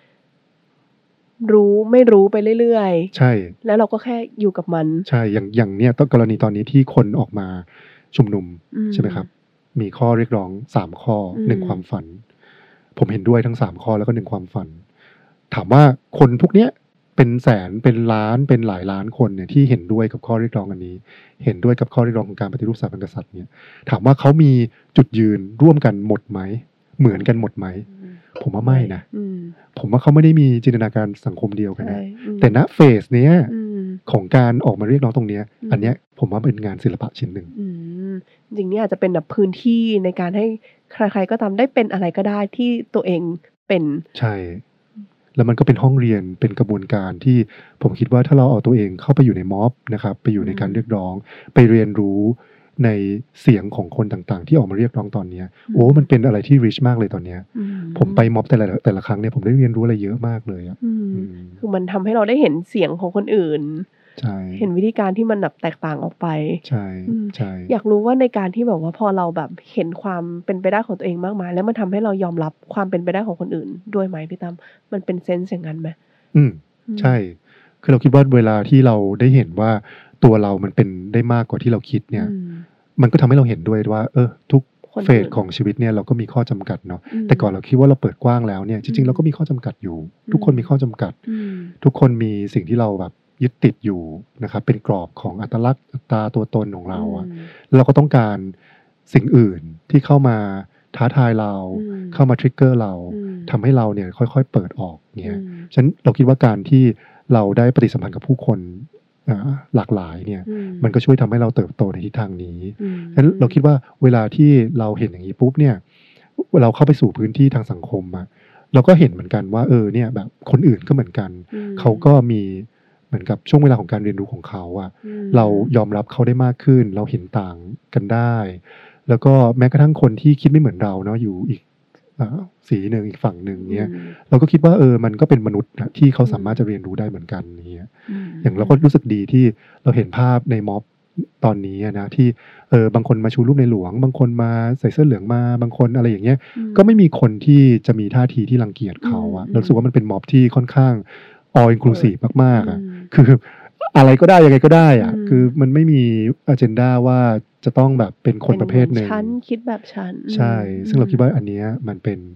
รู้ไม่รู้ไปเรื่อยๆใช่แล้วเราก็แค่อยู่กับมันใช่อย่างเนี้ยกรณีตอนนี้ที่คนออกมาชุมนุมใช่ไหมครับมีข้อเรียกร้อง3 ข้อ1ความฝันผมเห็นด้วยทั้ง3 ข้อแล้วก็1ความฝันถามว่าคนพวกเนี้ยเป็นแสนเป็นล้านเป็นหลายล้านคนเนี่ยที่เห็นด้วยกับข้อเรียกร้องอันนี้เห็นด้วยกับข้อเรียกร้องของการปฏิรูปสถาบันกษัตริย์เนี่ยถามว่าเขามีจุดยืนร่วมกันหมดไหมเหมือนกันหมดไหมผมว่าไม่นะผมว่าเขาไม่ได้มีจินตนาการสังคมเดียวกันนะแต่ณเฟสเนี้ยของการออกมาเรียกร้องตรงเนี้ยอันเนี้ยผมว่าเป็นงานศิลปะชิ้นหนึ่งจริงๆนี่อาจจะเป็นแบบพื้นที่ในการให้ใครๆก็ตามได้เป็นอะไรก็ได้ที่ตัวเองเป็นใช่แล้วมันก็เป็นห้องเรียนเป็นกระบวนการที่ผมคิดว่าถ้าเราเอาตัวเองเข้าไปอยู่ในม็อบนะครับไปอยู่ในการเรียกร้องไปเรียนรู้ในเสียงของคนต่างๆที่ออกมาเรียกร้องตอนนี้โอ้มันเป็นอะไรที่ rich มากเลยตอนนี้ผมไปม็อบแต่ละครั้งเนี่ยผมได้เรียนรู้อะไรเยอะมากเลยคือมันทำให้เราได้เห็นเสียงของคนอื่นเห็นวิธีการที่มันแบบแตกต่างออกไปใช่ใช่อยากรู้ว่าในการที่แบบว่าพอเราแบบเห็นความเป็นไปได้ของตัวเองมากมายแล้วมันทำให้เรายอมรับความเป็นไปได้ของคนอื่นด้วยไหมพี่ตั้มมันเป็นเซนส์อย่างนั้นไหมใช่คือเราคิดว่าเวลาที่เราได้เห็นว่าตัวเรามันเป็นได้มากกว่าที่เราคิดเนี่ยมันก็ทำให้เราเห็นด้วยว่าทุกเฟสของชีวิตเนี่ยเราก็มีข้อจำกัดเนาะแต่ก่อนเราคิดว่าเราเปิดกว้างแล้วเนี่ยจริงๆเราก็มีข้อจำกัดอยู่ทุกคนมีข้อจำกัดทุกคนมีสิ่งที่เราแบบยึดติดอยู่นะครับเป็นกรอบของอัตลักษณ์อัตราตัวตนของเราอะเราก็ต้องการสิ่งอื่นที่เข้ามาท้าทายเราเข้ามาทริกเกอร์เราทำให้เราเนี่ยค่อยๆเปิดออกเนี่ยฉะนั้นเราคิดว่าการที่เราได้ปฏิสัมพันธ์กับผู้คนหลากหลายเนี่ยมันก็ช่วยทำให้เราเติบโตในทิศทางนี้ฉะนั้นเราคิดว่าเวลาที่เราเห็นอย่างนี้ปุ๊บเนี่ยเราเข้าไปสู่พื้นที่ทางสังคมอะเราก็เห็นเหมือนกันว่าเนี่ยแบบคนอื่นก็เหมือนกันเขาก็มีเหมือนกับช่วงเวลาของการเรียนรู้ของเขาอะเรายอมรับเขาได้มากขึ้นเราเห็นต่างกันได้แล้วก็แม้กระทั่งคนที่คิดไม่เหมือนเราเนาะอยู่อีกสีหนึ่งอีกฝั่งหนึ่งเนี้ยเราก็คิดว่ามันก็เป็นมนุษย์นะที่เขาสามารถจะเรียนรู้ได้เหมือนกันเนี้ยอย่างเราก็รู้สึกดีที่เราเห็นภาพในม็อบตอนนี้นะที่บางคนมาชูรูปในหลวงบางคนมาใส่เสื้อเหลืองมาบางคนอะไรอย่างเงี้ยก็ไม่มีคนที่จะมีท่าทีที่รังเกียจเขาอะเรารู้สึกว่ามันเป็นม็อบที่ค่อนข้าง all inclusive มากๆอะคืออะไรก็ได้ยังไงก็ได้อะคือมันไม่มี agenda ว่าจะต้องแบบเป็นคนประเภทหนึ่งฉันคิดแบบฉันใช่ซึ่งเราคิดว่าอันเนี้ยมันเป็น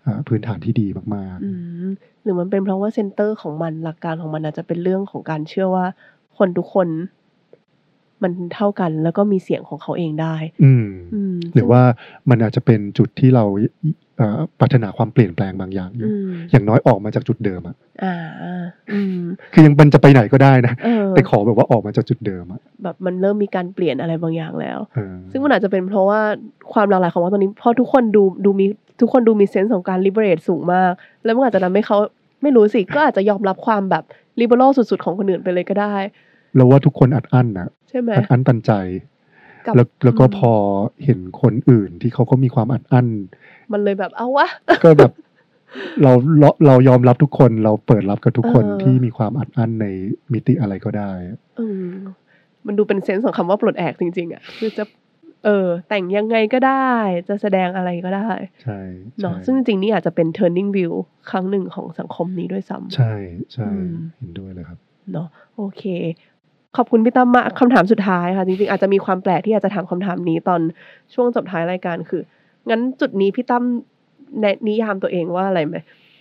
พื้นฐานที่ดีมากหรือมันเป็นเพราะว่าเซนเตอร์ของมันหลักการของมันอาจจะเป็นเรื่องของการเชื่อว่าคนทุกคนมันเท่ากันแล้วก็มีเสียงของเขาเองได้หรือว่ามันอาจจะเป็นจุดที่เราปรารถนาความเปลี่ยนแปลงบางอย่างอยู่อย่างน้อยออกมาจากจุดเดิมคือยังมันจะไปไหนก็ได้นะแต่ขอแบบว่าออกมาจากจุดเดิมแบบมันเริ่มมีการเปลี่ยนอะไรบางอย่างแล้วซึ่งมันอาจจะเป็นเพราะว่าความหลากหลายของว่าตอนนี้พอทุกคนดูมีเซนส์ของการ liberate สูงมากแล้วมันอาจจะทำให้เขาไม่รู้สิก็อาจจะยอมรับความแบบ liberal สุดๆของคนอื่นไปเลยก็ได้เราว่าทุกคนอัดอั้นนะใช่ไหมอัดอั้นตันใจแล้วก็พอเห็นคนอื่นที่เขาก็มีความอัดอั้นมันเลยแบบเอาวะก็แบบเรายอมรับทุกคนเราเปิดรับกับทุกคนที่มีความอัดอั้นในมิติอะไรก็ได้มันดูเป็นเซนส์ของคำว่าปลดแอกจริงๆอ่ะคือจะแต่งยังไงก็ได้จะแสดงอะไรก็ได้ใช่เนาะซึ่งจริงๆนี่อาจจะเป็น turning view ครั้งหนึ่งของสังคมนี้ด้วยซ้ำใช่ใช่เห็นด้วยเลยครับเนาะโอเคขอบคุณพี่ตั้มมากคำถามสุดท้ายค่ะจริงๆอาจจะมีความแปลกที่อาจจะถามคำถามนี้ตอนช่วงจบท้ายรายการคืองั้นจุดนี้พี่ตั้มนิยามตัวเองว่าอะไรไหม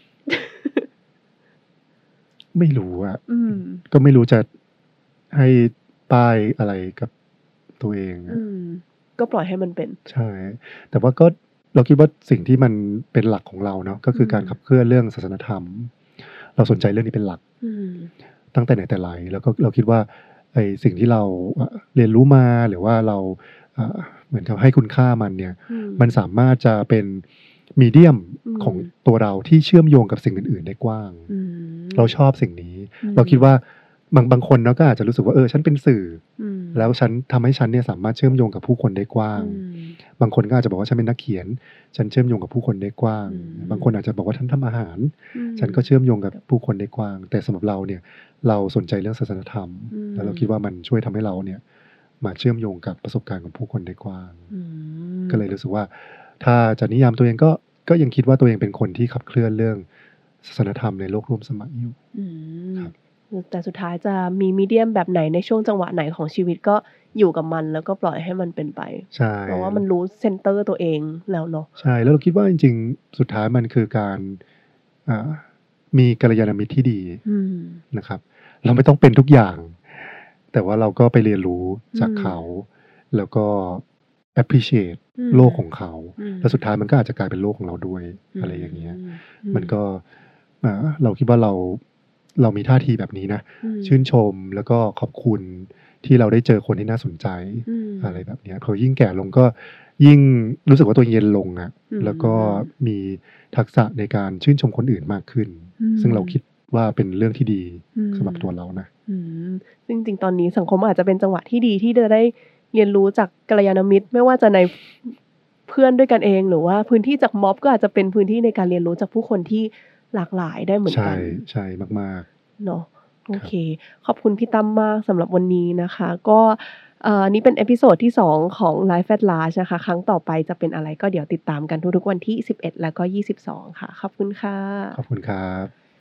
ไม่รู้อ่ะก็ไม่รู้จะให้ป้ายอะไรกับตัวเองก็ปล่อยให้มันเป็นใช่แต่ว่าก็เราคิดว่าสิ่งที่มันเป็นหลักของเราเนาะก็คือการขับเคลื่อนเรื่องศาสนธรรมเราสนใจเรื่องนี้เป็นหลักตั้งแต่ไหนแต่ไรแล้วก็เราคิดว่าไอ้สิ่งที่เราเรียนรู้มาหรือว่าเราเหมือนกับให้คุณค่ามันเนี่ยมันสามารถจะเป็นมีเดียมของตัวเราที่เชื่อมโยงกับสิ่งอื่นๆได้กว้างเราชอบสิ่งนี้เราคิดว่าบางคนเนาะก็อาจจะรู้สึกว่าฉันเป็นสื่อแล้วฉันทำให้ฉันเนี่ยสามารถเชื่อมโยงกับผู้คนได้กว้างบางคนก็อาจจะบอกว่าฉันเป็นนักเขียนฉันเชื่อมโยงกับผู้คนได้กว้างบางคนอาจจะบอกว่าฉันทำอาหารฉันก็เชื่อมโยงกับผู้คนได้กว้างแต่สำหรับเราเนี่ยเราสนใจเรื่องศาสนธรรมแล้วเราคิดว่ามันช่วยทำให้เราเนี่ยมาเชื่อมโยงกับประสบการณ์ของผู้คนได้กว้างก็เลยรู้สึกว่าถ้าจะนิยามตัวเองก็ยังคิดว่าตัวเองเป็นคนที่ขับเคลื่อนเรื่องศาสนธรรมในโลกร่วมสมัยอยู่ครับแต่สุดท้ายจะมีมีเดียมแบบไหนในช่วงจังหวะไหนของชีวิตก็อยู่กับมันแล้วก็ปล่อยให้มันเป็นไปใช่เพราะว่ามันรู้เซนเตอร์ตัวเองแล้วเนาะใช่แล้วเราคิดว่าจริงๆสุดท้ายมันคือการมีกัลยาณมิตรที่ดีนะครับเราไม่ต้องเป็นทุกอย่างแต่ว่าเราก็ไปเรียนรู้จากเขาแล้วก็ appreciate โลกของเขาแล้วสุดท้ายมันก็อาจจะกลายเป็นโลกของเราด้วยอะไรอย่างเงี้ยมันก็เราคิดว่าเรามีท่าทีแบบนี้นะชื่นชมแล้วก็ขอบคุณที่เราได้เจอคนที่น่าสนใจอะไรแบบนี้พอยิ่งแก่ลงก็ยิ่งรู้สึกว่าตัวเย็นลงอ่ะแล้วก็มีทักษะในการชื่นชมคนอื่นมากขึ้นซึ่งเราคิดว่าเป็นเรื่องที่ดีสำหรับตัวเรานะซึ่งจริงตอนนี้สังคมอาจจะเป็นจังหวะที่ดีที่จะได้เรียนรู้จากกัลยาณมิตรไม่ว่าจะในเพื่อนด้วยกันเองหรือว่าพื้นที่จากม็อบก็อาจจะเป็นพื้นที่ในการเรียนรู้จากผู้คนที่หลากหลายได้เหมือนกันใช่มากๆเนาะโอเคขอบคุณพี่ตั้มมากสำหรับวันนี้นะคะก็นี่เป็นเอพิโซดที่2ของ Life at Large นะคะครั้งต่อไปจะเป็นอะไรก็เดี๋ยวติดตามกันทุกๆวันที่11แล้วก็22ค่ะขอบคุณค่ะขอบคุณครับ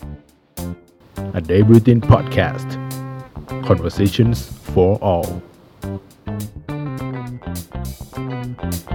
A Day Routine Podcast Conversations for All